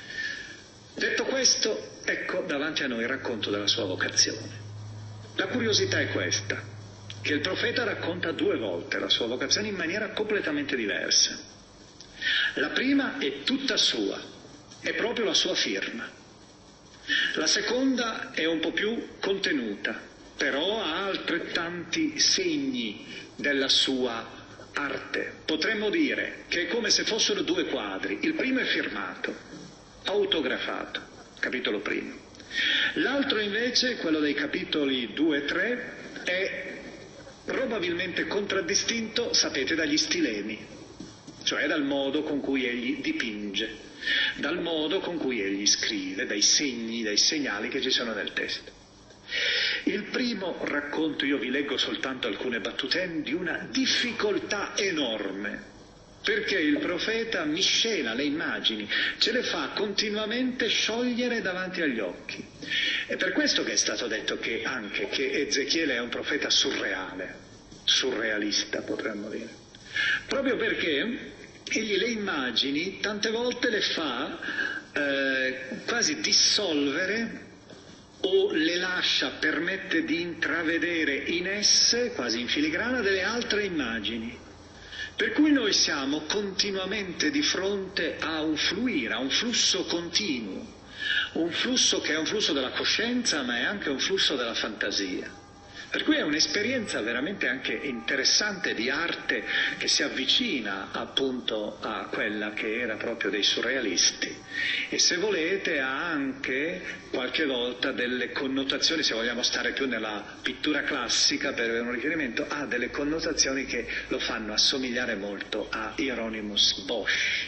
Speaker 8: Detto questo, ecco davanti a noi il racconto della sua vocazione. La curiosità è questa, che il profeta racconta due volte la sua vocazione in maniera completamente diversa. La prima è tutta sua, è proprio la sua firma. La seconda è un po' più contenuta, però ha altrettanti segni della sua arte. Potremmo dire che è come se fossero due quadri. Il primo è firmato, autografato, capitolo primo. L'altro invece, quello dei capitoli due e tre, è probabilmente contraddistinto, sapete, dagli stilemi, cioè dal modo con cui egli dipinge, dal modo con cui egli scrive, dai segni, dai segnali che ci sono nel testo. Il primo racconto, io vi leggo soltanto alcune battute, di una difficoltà enorme, perché il profeta miscela le immagini, ce le fa continuamente sciogliere davanti agli occhi. È per questo che è stato detto che anche che Ezechiele è un profeta surreale, surrealista potremmo dire. Proprio perché egli le immagini tante volte le fa eh, quasi dissolvere o le lascia, permette di intravedere in esse, quasi in filigrana, delle altre immagini. Per cui noi siamo continuamente di fronte a un fluire, a un flusso continuo, un flusso che è un flusso della coscienza, ma è anche un flusso della fantasia. Per cui è un'esperienza veramente anche interessante di arte che si avvicina appunto a quella che era proprio dei surrealisti e, se volete, ha anche qualche volta delle connotazioni, se vogliamo stare più nella pittura classica per avere un riferimento, ha delle connotazioni che lo fanno assomigliare molto a Hieronymus Bosch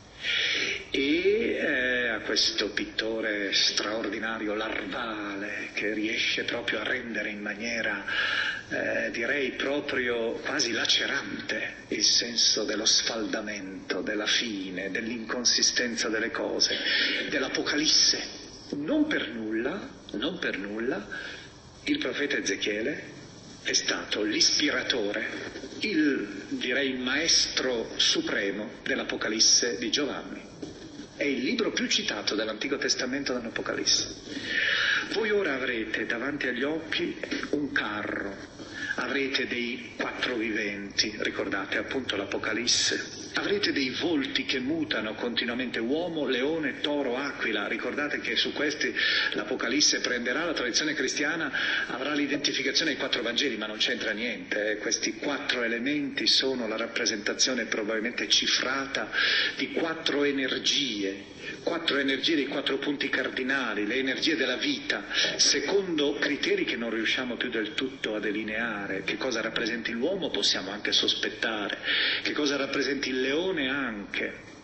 Speaker 8: e eh, a questo pittore straordinario larvale che riesce proprio a rendere in maniera eh, direi proprio quasi lacerante il senso dello sfaldamento, della fine, dell'inconsistenza delle cose, dell'Apocalisse. Non per nulla, non per nulla il profeta Ezechiele è stato l'ispiratore, il, direi, maestro supremo dell'Apocalisse di Giovanni. È il libro più citato dell'Antico Testamento dall'Apocalisse. Voi ora avrete davanti agli occhi un carro, avrete dei quattro viventi, ricordate appunto l'Apocalisse, avrete dei volti che mutano continuamente, uomo, leone, toro, aquila, ricordate che su questi l'Apocalisse prenderà, la tradizione cristiana avrà l'identificazione dei quattro Vangeli, ma non c'entra niente, eh. Questi quattro elementi sono la rappresentazione probabilmente cifrata di quattro energie, quattro energie dei quattro punti cardinali, le energie della vita, secondo criteri che non riusciamo più del tutto a delineare. Che cosa rappresenti l'uomo possiamo anche sospettare, che cosa rappresenti il leone anche,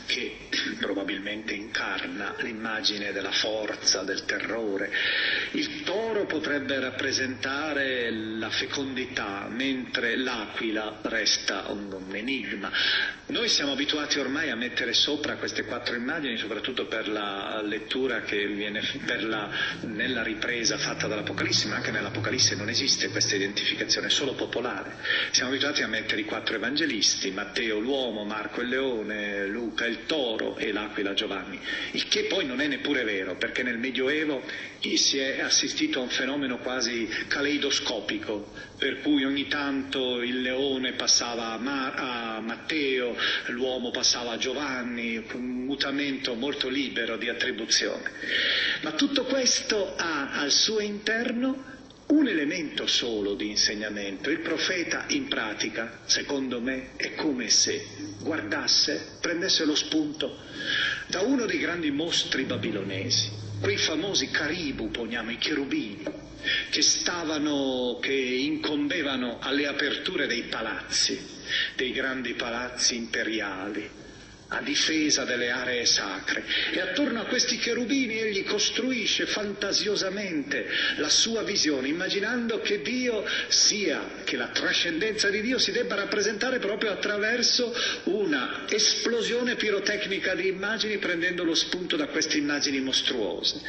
Speaker 8: che probabilmente incarna l'immagine della forza, del terrore. Il toro potrebbe rappresentare la fecondità, mentre l'aquila resta un, un enigma. Noi siamo abituati ormai a mettere sopra queste quattro immagini, soprattutto per la lettura che viene per la, nella ripresa fatta dall'Apocalisse, ma anche nell'Apocalisse non esiste questa identificazione, è solo popolare. Siamo abituati a mettere i quattro evangelisti, Matteo l'uomo, Marco il leone, Luca il toro e l'aquila Giovanni, il che poi non è neppure vero, perché nel Medioevo si è assistito a un fenomeno quasi caleidoscopico, per cui ogni tanto il leone passava a, Mar- a Matteo, l'uomo passava a Giovanni, un mutamento molto libero di attribuzione. Ma tutto questo ha al suo interno un elemento solo di insegnamento. Il profeta in pratica, secondo me, è come se guardasse, prendesse lo spunto da uno dei grandi mostri babilonesi, quei famosi caribu, poniamo, i cherubini, che stavano, che incombevano alle aperture dei palazzi, dei grandi palazzi imperiali, a difesa delle aree sacre, e attorno a questi cherubini egli costruisce fantasiosamente la sua visione, immaginando che Dio sia, che la trascendenza di Dio si debba rappresentare proprio attraverso una esplosione pirotecnica di immagini, prendendo lo spunto da queste immagini mostruose.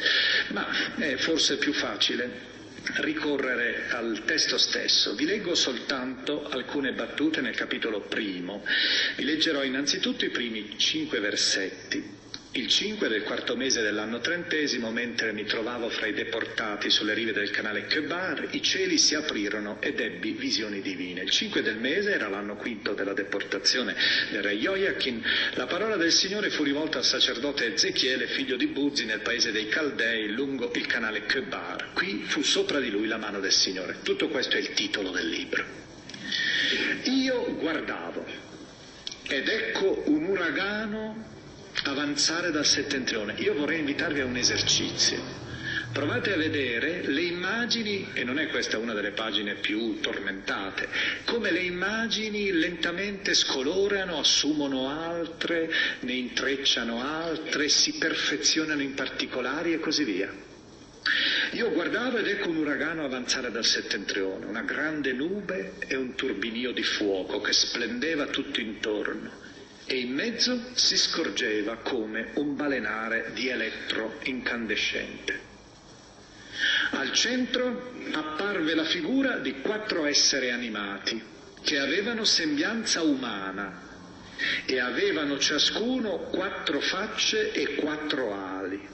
Speaker 8: Ma è forse più facile ricorrere al testo stesso. Vi leggo soltanto alcune battute nel capitolo primo. Vi leggerò innanzitutto i primi cinque versetti. Il cinque del quarto mese dell'anno trentesimo, mentre mi trovavo fra i deportati sulle rive del canale Kebar, i cieli si aprirono ed ebbi visioni divine. Il cinque del mese era l'anno quinto della deportazione del re Joachim. La parola del Signore fu rivolta al sacerdote Ezechiele, figlio di Buzi, nel paese dei Caldei, lungo il canale Kebar. Qui fu sopra di lui la mano del Signore. Tutto questo è il titolo del libro. Io guardavo ed ecco un uragano avanzare dal settentrione. Io vorrei invitarvi a un esercizio. Provate a vedere le immagini, e non è questa una delle pagine più tormentate, come le immagini lentamente scolorano, assumono altre, ne intrecciano altre, si perfezionano in particolari e così via. Io guardavo ed ecco un uragano avanzare dal settentrione, una grande nube e un turbinio di fuoco che splendeva tutto intorno, e in mezzo si scorgeva come un balenare di elettro incandescente. Al centro apparve la figura di quattro esseri animati che avevano sembianza umana e avevano ciascuno quattro facce e quattro ali,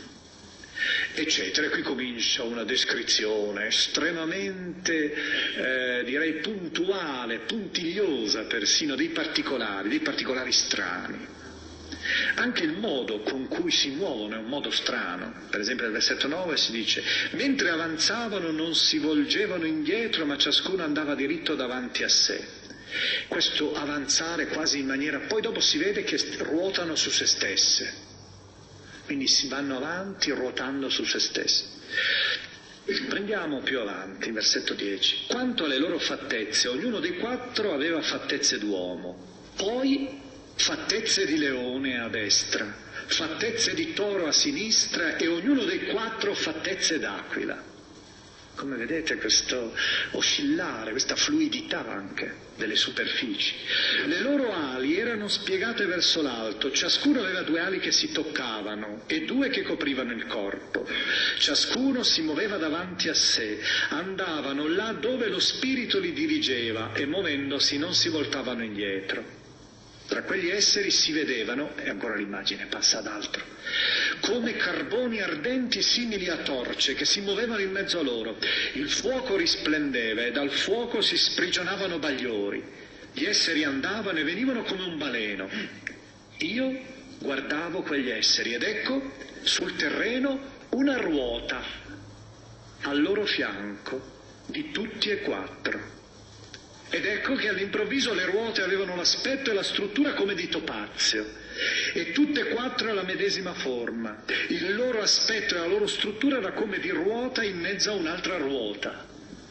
Speaker 8: eccetera. Qui comincia una descrizione estremamente, eh, direi, puntuale, puntigliosa persino, dei particolari, dei particolari strani. Anche il modo con cui si muovono è un modo strano. Per esempio nel versetto nove si dice: mentre avanzavano non si volgevano indietro, ma ciascuno andava diritto davanti a sé. Questo avanzare quasi in maniera... Poi dopo si vede che ruotano su se stesse. Quindi si vanno avanti ruotando su se stessi. Prendiamo più avanti, versetto dieci. Quanto alle loro fattezze, ognuno dei quattro aveva fattezze d'uomo, poi fattezze di leone a destra, fattezze di toro a sinistra e ognuno dei quattro fattezze d'aquila. Come vedete questo oscillare, questa fluidità anche delle superfici. Le loro ali erano spiegate verso l'alto, ciascuno aveva due ali che si toccavano e due che coprivano il corpo. Ciascuno si muoveva davanti a sé, andavano là dove lo spirito li dirigeva e muovendosi non si voltavano indietro. Tra quegli esseri si vedevano, e ancora l'immagine passa ad altro, come carboni ardenti simili a torce che si muovevano in mezzo a loro. Il fuoco risplendeva e dal fuoco si sprigionavano bagliori. Gli esseri andavano e venivano come un baleno. Io guardavo quegli esseri ed ecco sul terreno una ruota al loro fianco di tutti e quattro. Ed ecco che all'improvviso le ruote avevano l'aspetto e la struttura come di topazio, e tutte e quattro la medesima forma. Il loro aspetto e la loro struttura era come di ruota in mezzo a un'altra ruota.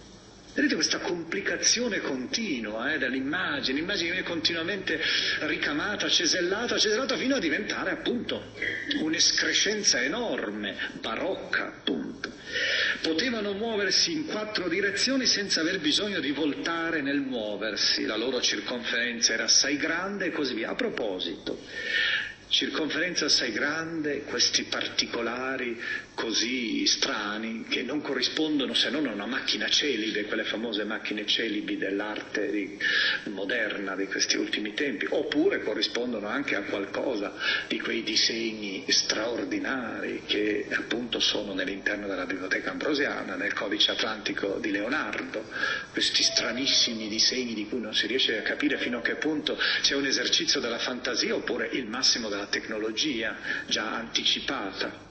Speaker 8: Vedete questa complicazione continua eh, dell'immagine, l'immagine viene continuamente ricamata, cesellata, cesellata fino a diventare appunto un'escrescenza enorme, barocca appunto. Potevano muoversi in quattro direzioni senza aver bisogno di voltare nel muoversi, la loro circonferenza era assai grande e così via. A proposito, circonferenza assai grande, questi particolari così strani che non corrispondono se non a una macchina celibe, quelle famose macchine celibi dell'arte di, moderna di questi ultimi tempi, oppure corrispondono anche a qualcosa di quei disegni straordinari che appunto sono nell'interno della Biblioteca Ambrosiana, nel Codice Atlantico di Leonardo, questi stranissimi disegni di cui non si riesce a capire fino a che punto c'è un esercizio della fantasia oppure il massimo della tecnologia già anticipata.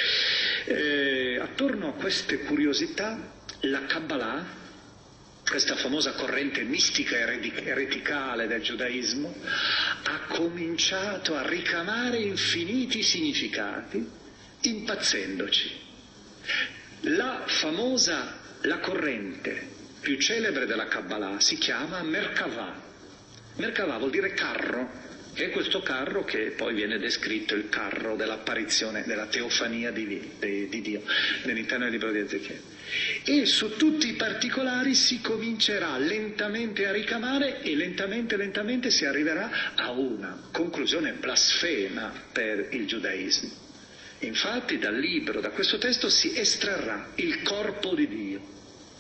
Speaker 8: Eh, attorno a queste curiosità la Kabbalah, questa famosa corrente mistica ereticale del giudaismo, ha cominciato a ricamare infiniti significati, impazzendoci. La famosa, la corrente più celebre della Kabbalah si chiama Merkavah. Merkavah vuol dire carro, che è questo carro che poi viene descritto, il carro dell'apparizione, della teofania di, di, di Dio nell'interno del libro di Ezechiele. E su tutti i particolari si comincerà lentamente a ricamare e lentamente, lentamente si arriverà a una conclusione blasfema per il giudaismo. Infatti dal libro, da questo testo si estrarrà il corpo di Dio.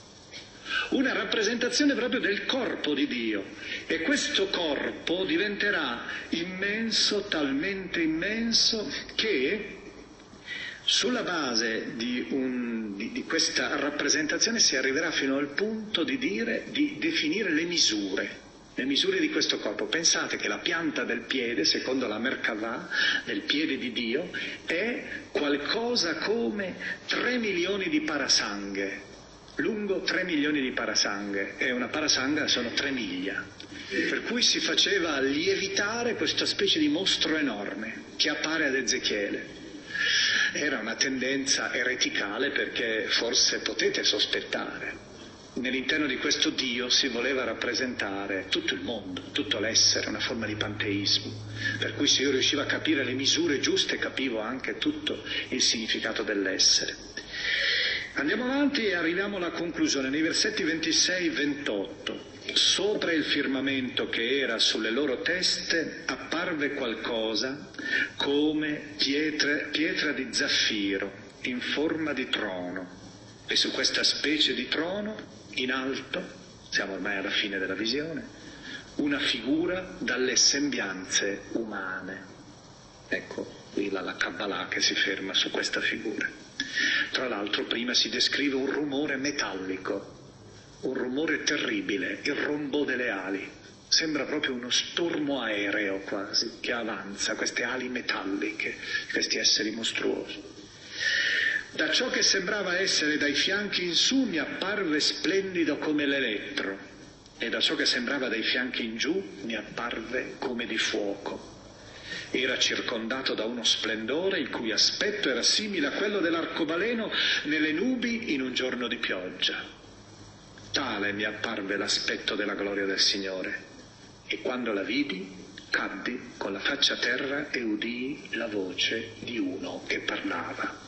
Speaker 8: Una rappresentazione proprio del corpo di Dio, e questo corpo diventerà immenso, talmente immenso che sulla base di, un, di, di questa rappresentazione si arriverà fino al punto di dire, di definire le misure, le misure di questo corpo. Pensate che la pianta del piede, secondo la Merkavah, del piede di Dio, è qualcosa come tre milioni di parasanghe. Lungo tre milioni di parasanghe, e una parasanga sono tre miglia, per cui si faceva lievitare questa specie di mostro enorme che appare ad Ezechiele. Era una tendenza ereticale perché forse potete sospettare, nell'interno di questo Dio si voleva rappresentare tutto il mondo, tutto l'essere, una forma di panteismo, per cui se io riuscivo a capire le misure giuste capivo anche tutto il significato dell'essere. Andiamo avanti e arriviamo alla conclusione, nei versetti ventisei ventotto. Sopra il firmamento che era sulle loro teste apparve qualcosa come pietra, pietra di zaffiro in forma di trono, e su questa specie di trono, in alto, siamo ormai alla fine della visione, una figura dalle sembianze umane. Ecco qui la, la Kabbalah che si ferma su questa figura. Tra l'altro prima si descrive un rumore metallico, un rumore terribile, il rombo delle ali. Sembra proprio uno stormo aereo quasi, che avanza, queste ali metalliche, questi esseri mostruosi. Da ciò che sembrava essere dai fianchi in su mi apparve splendido come l'elettro, e da ciò che sembrava dai fianchi in giù mi apparve come di fuoco. Era circondato da uno splendore il cui aspetto era simile a quello dell'arcobaleno nelle nubi in un giorno di pioggia. Tale mi apparve l'aspetto della gloria del Signore, e quando la vidi caddi con la faccia a terra e udii la voce di uno che parlava.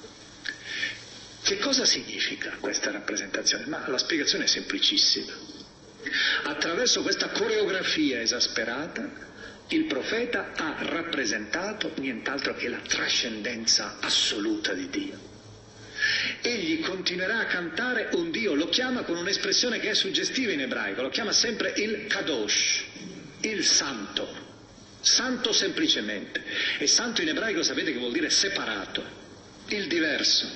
Speaker 8: Che cosa significa questa rappresentazione? Ma la spiegazione è semplicissima. Attraverso questa coreografia esasperata il profeta ha rappresentato nient'altro che la trascendenza assoluta di Dio. Egli continuerà a cantare un Dio, lo chiama con un'espressione che è suggestiva in ebraico, lo chiama sempre il Kadosh, il santo, santo semplicemente. E santo in ebraico sapete che vuol dire separato, il diverso.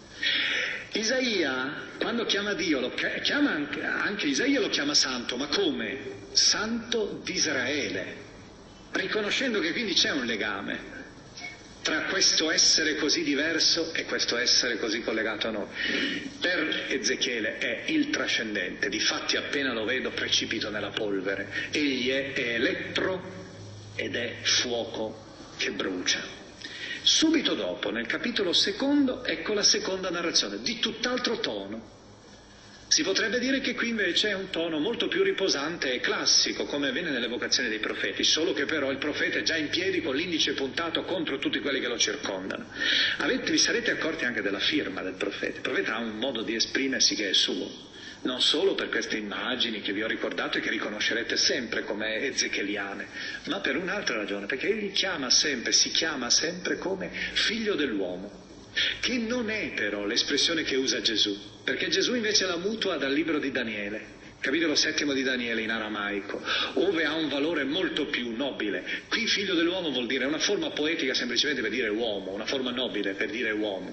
Speaker 8: Isaia, quando chiama Dio, lo chiama anche, anche Isaia lo chiama santo, ma come? Santo d'Israele, riconoscendo che quindi c'è un legame tra questo essere così diverso e questo essere così collegato a noi. Per Ezechiele è il trascendente, difatti appena lo vedo precipito nella polvere. Egli è, è elettro ed è fuoco che brucia. Subito dopo, nel capitolo secondo, ecco la seconda narrazione, di tutt'altro tono. Si potrebbe dire che qui invece è un tono molto più riposante e classico, come avviene nelle vocazioni dei profeti, solo che però il profeta è già in piedi con l'indice puntato contro tutti quelli che lo circondano. Avete, vi sarete accorti anche della firma del profeta. Il profeta ha un modo di esprimersi che è suo, non solo per queste immagini che vi ho ricordato e che riconoscerete sempre come ezechieliane, ma per un'altra ragione, perché egli chiama sempre, si chiama sempre come figlio dell'uomo, che non è però l'espressione che usa Gesù, perché Gesù invece la mutua dal libro di Daniele, capitolo settimo di Daniele in aramaico, ove ha un valore molto più nobile. Qui figlio dell'uomo vuol dire una forma poetica semplicemente per dire uomo, una forma nobile per dire uomo.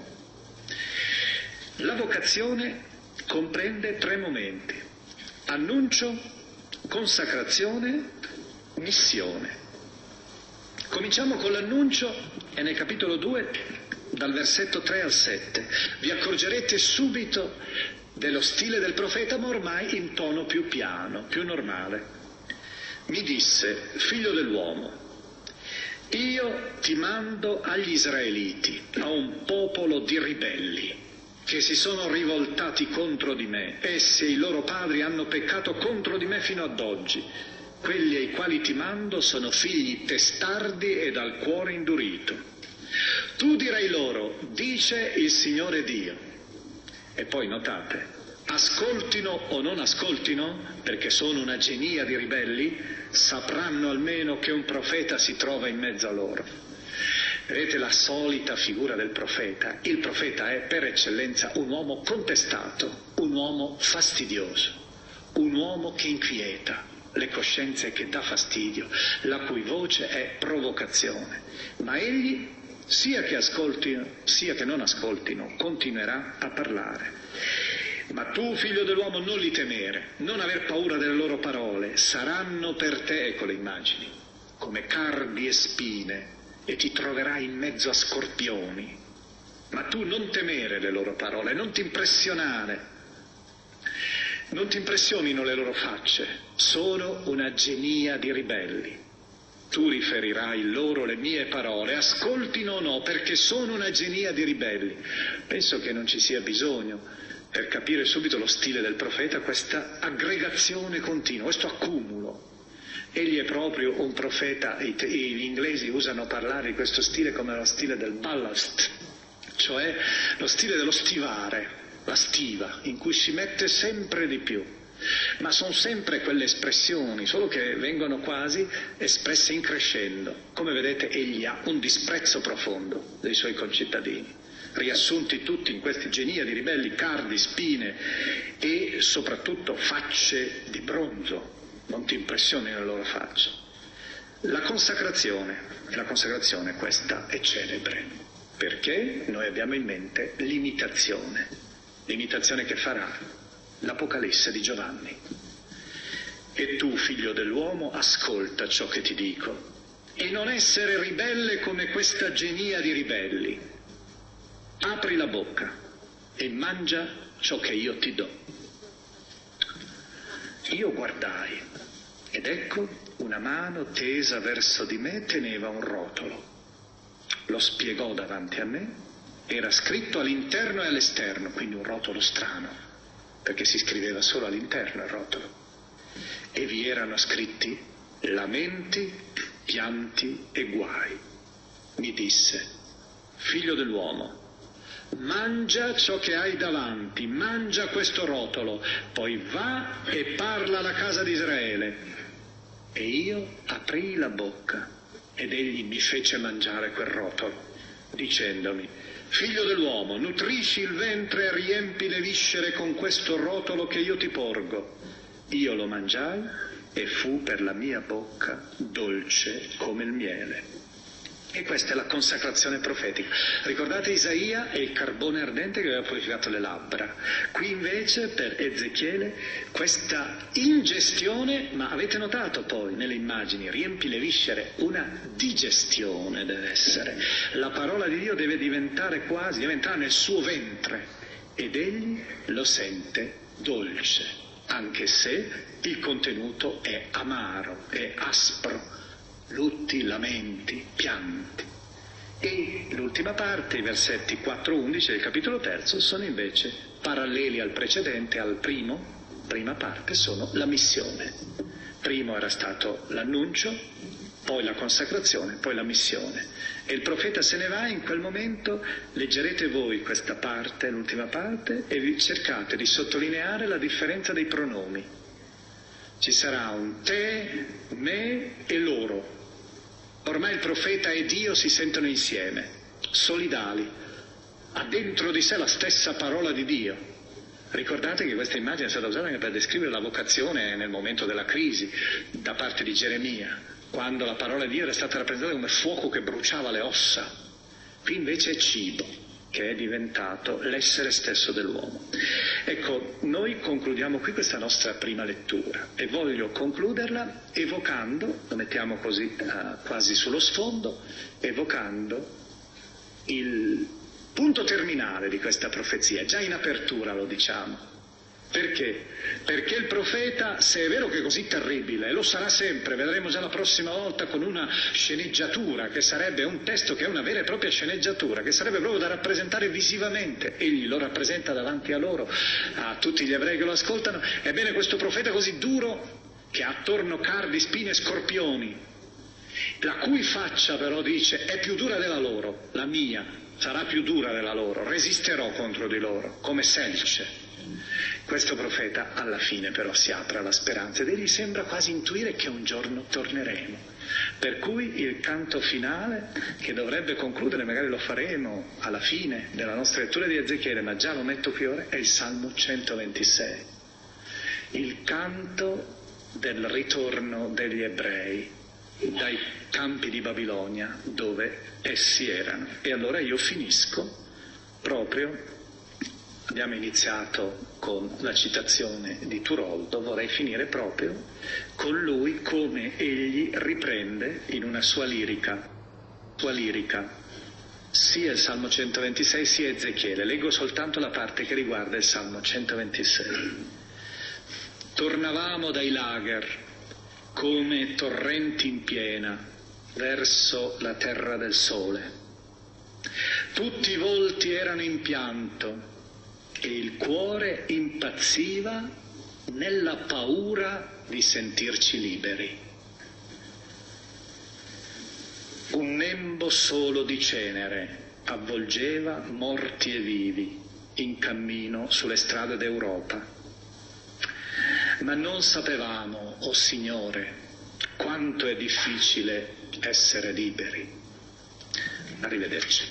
Speaker 8: La vocazione comprende tre momenti: annuncio, consacrazione, missione. Cominciamo con l'annuncio, e nel capitolo due dal versetto tre al sette. Vi accorgerete subito dello stile del profeta, ma ormai in tono più piano, più normale. Mi disse: figlio dell'uomo, io ti mando agli israeliti, a un popolo di ribelli che si sono rivoltati contro di me. Essi e i loro padri hanno peccato contro di me fino ad oggi. Quelli ai quali ti mando sono figli testardi e dal cuore indurito. Tu dirai loro: dice il Signore Dio. E poi notate, ascoltino o non ascoltino, perché sono una genia di ribelli, sapranno almeno che un profeta si trova in mezzo a loro. Vedete la solita figura del profeta. Il profeta è per eccellenza un uomo contestato, un uomo fastidioso, un uomo che inquieta le coscienze, che dà fastidio, la cui voce è provocazione. Ma egli, sia che ascoltino, sia che non ascoltino, continuerà a parlare. Ma tu, figlio dell'uomo, non li temere, non aver paura delle loro parole, saranno per te, ecco le immagini, come cardi e spine, e ti troverai in mezzo a scorpioni. Ma tu non temere le loro parole, non ti impressionare, non ti impressionino le loro facce, sono una genia di ribelli. Tu riferirai loro le mie parole, ascoltino o no, perché sono una genia di ribelli. Penso che non ci sia bisogno, per capire subito lo stile del profeta, questa aggregazione continua, questo accumulo. Egli è proprio un profeta, e gli inglesi usano parlare di questo stile come lo stile del ballast, cioè lo stile dello stivare, la stiva, in cui si mette sempre di più. Ma sono sempre quelle espressioni, solo che vengono quasi espresse in crescendo. Come vedete, egli ha un disprezzo profondo dei suoi concittadini, riassunti tutti in questi genia di ribelli, cardi, spine e soprattutto facce di bronzo. Non ti impressioni le loro facce. La consacrazione, la consacrazione questa è celebre, perché noi abbiamo in mente l'imitazione, l'imitazione che farà l'Apocalisse di Giovanni. E tu, figlio dell'uomo, ascolta ciò che ti dico, e non essere ribelle come questa genia di ribelli. Apri la bocca e mangia ciò che io ti do. Io guardai, ed ecco una mano tesa verso di me teneva un rotolo. Lo spiegò davanti a me, era scritto all'interno e all'esterno, quindi un rotolo strano, perché si scriveva solo all'interno il rotolo, e vi erano scritti lamenti, pianti e guai. Mi disse: figlio dell'uomo, mangia ciò che hai davanti, mangia questo rotolo, poi va e parla alla casa di Israele. E io aprii la bocca, ed egli mi fece mangiare quel rotolo, dicendomi: figlio dell'uomo, nutrisci il ventre e riempi le viscere con questo rotolo che io ti porgo. Io lo mangiai e fu per la mia bocca dolce come il miele. E questa è la consacrazione profetica. Ricordate Isaia e il carbone ardente che aveva purificato le labbra. Qui invece per Ezechiele questa ingestione, ma avete notato poi nelle immagini, riempi le viscere, una digestione deve essere. La parola di Dio deve diventare quasi, deve entrare nel suo ventre, ed egli lo sente dolce, anche se il contenuto è amaro, è aspro. Lutti, lamenti, pianti. E l'ultima parte, i versetti quattro undici del capitolo terzo, sono invece paralleli al precedente, al primo, prima parte, sono la missione. Primo era stato l'annuncio, poi la consacrazione, poi la missione. E il profeta se ne va, e in quel momento leggerete voi questa parte, l'ultima parte, e vi cercate di sottolineare la differenza dei pronomi. Ci sarà un te, me e loro. Ormai il profeta e Dio si sentono insieme, solidali, ha dentro di sé la stessa parola di Dio. Ricordate che questa immagine è stata usata anche per descrivere la vocazione nel momento della crisi da parte di Geremia, quando la parola di Dio era stata rappresentata come fuoco che bruciava le ossa. Qui invece è cibo, che è diventato l'essere stesso dell'uomo. Ecco, noi concludiamo qui questa nostra prima lettura e voglio concluderla evocando, lo mettiamo così uh, quasi sullo sfondo, evocando il punto terminale di questa profezia, già in apertura lo diciamo. Perché? Perché il profeta, se è vero che è così terribile, e lo sarà sempre, vedremo già la prossima volta con una sceneggiatura, che sarebbe un testo che è una vera e propria sceneggiatura, che sarebbe proprio da rappresentare visivamente, egli lo rappresenta davanti a loro, a tutti gli ebrei che lo ascoltano. Ebbene, questo profeta così duro, che ha attorno cardi, spine e scorpioni, la cui faccia però dice è più dura della loro, la mia sarà più dura della loro, resisterò contro di loro, come selce. Questo profeta alla fine però si apre alla speranza ed egli sembra quasi intuire che un giorno torneremo. Per cui il canto finale, che dovrebbe concludere, magari lo faremo alla fine della nostra lettura di Ezechiele, ma già lo metto qui ora, è il Salmo centoventisei. Il canto del ritorno degli ebrei dai campi di Babilonia dove essi erano. E allora io finisco proprio. Abbiamo iniziato con la citazione di Turoldo, vorrei finire proprio con lui, come egli riprende in una sua lirica, sua lirica, sia il Salmo centoventisei sia Ezechiele. Leggo soltanto la parte che riguarda il Salmo centoventisei. Tornavamo dai lager come torrenti in piena verso la terra del sole. Tutti i volti erano in pianto e il cuore impazziva nella paura di sentirci liberi. Un nembo solo di cenere avvolgeva morti e vivi in cammino sulle strade d'Europa. Ma non sapevamo, o Signore, quanto è difficile essere liberi. Arrivederci.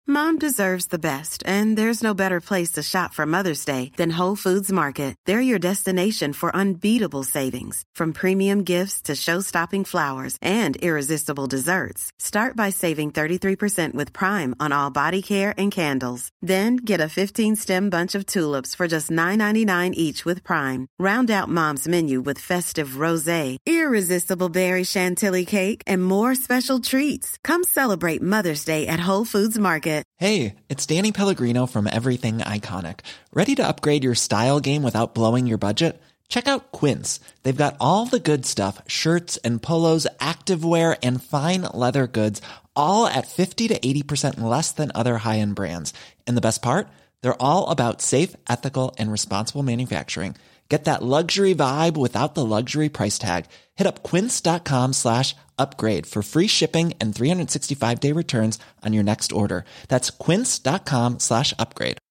Speaker 11: Mom deserves the best, and there's no better place to shop for Mother's Day than Whole Foods Market. They're your destination for unbeatable savings, from premium gifts to show-stopping flowers and irresistible desserts. Start by saving thirty-three percent with Prime on all body care and candles. Then get a fifteen-stem bunch of tulips for just nine ninety-nine each with Prime. Round out Mom's menu with festive rosé, irresistible berry chantilly cake, and more special treats. Come celebrate Mother's Day at Whole Foods Market.
Speaker 12: Hey, it's Danny Pellegrino from Everything Iconic. Ready to upgrade your style game without blowing your budget? Check out Quince. They've got all the good stuff, shirts and polos, activewear, and fine leather goods, all at fifty to eighty percent less than other high-end brands. And the best part? They're all about safe, ethical, and responsible manufacturing. Get that luxury vibe without the luxury price tag. Hit up quince.com slash upgrade for free shipping and three sixty-five day returns on your next order. That's quince.com slash upgrade.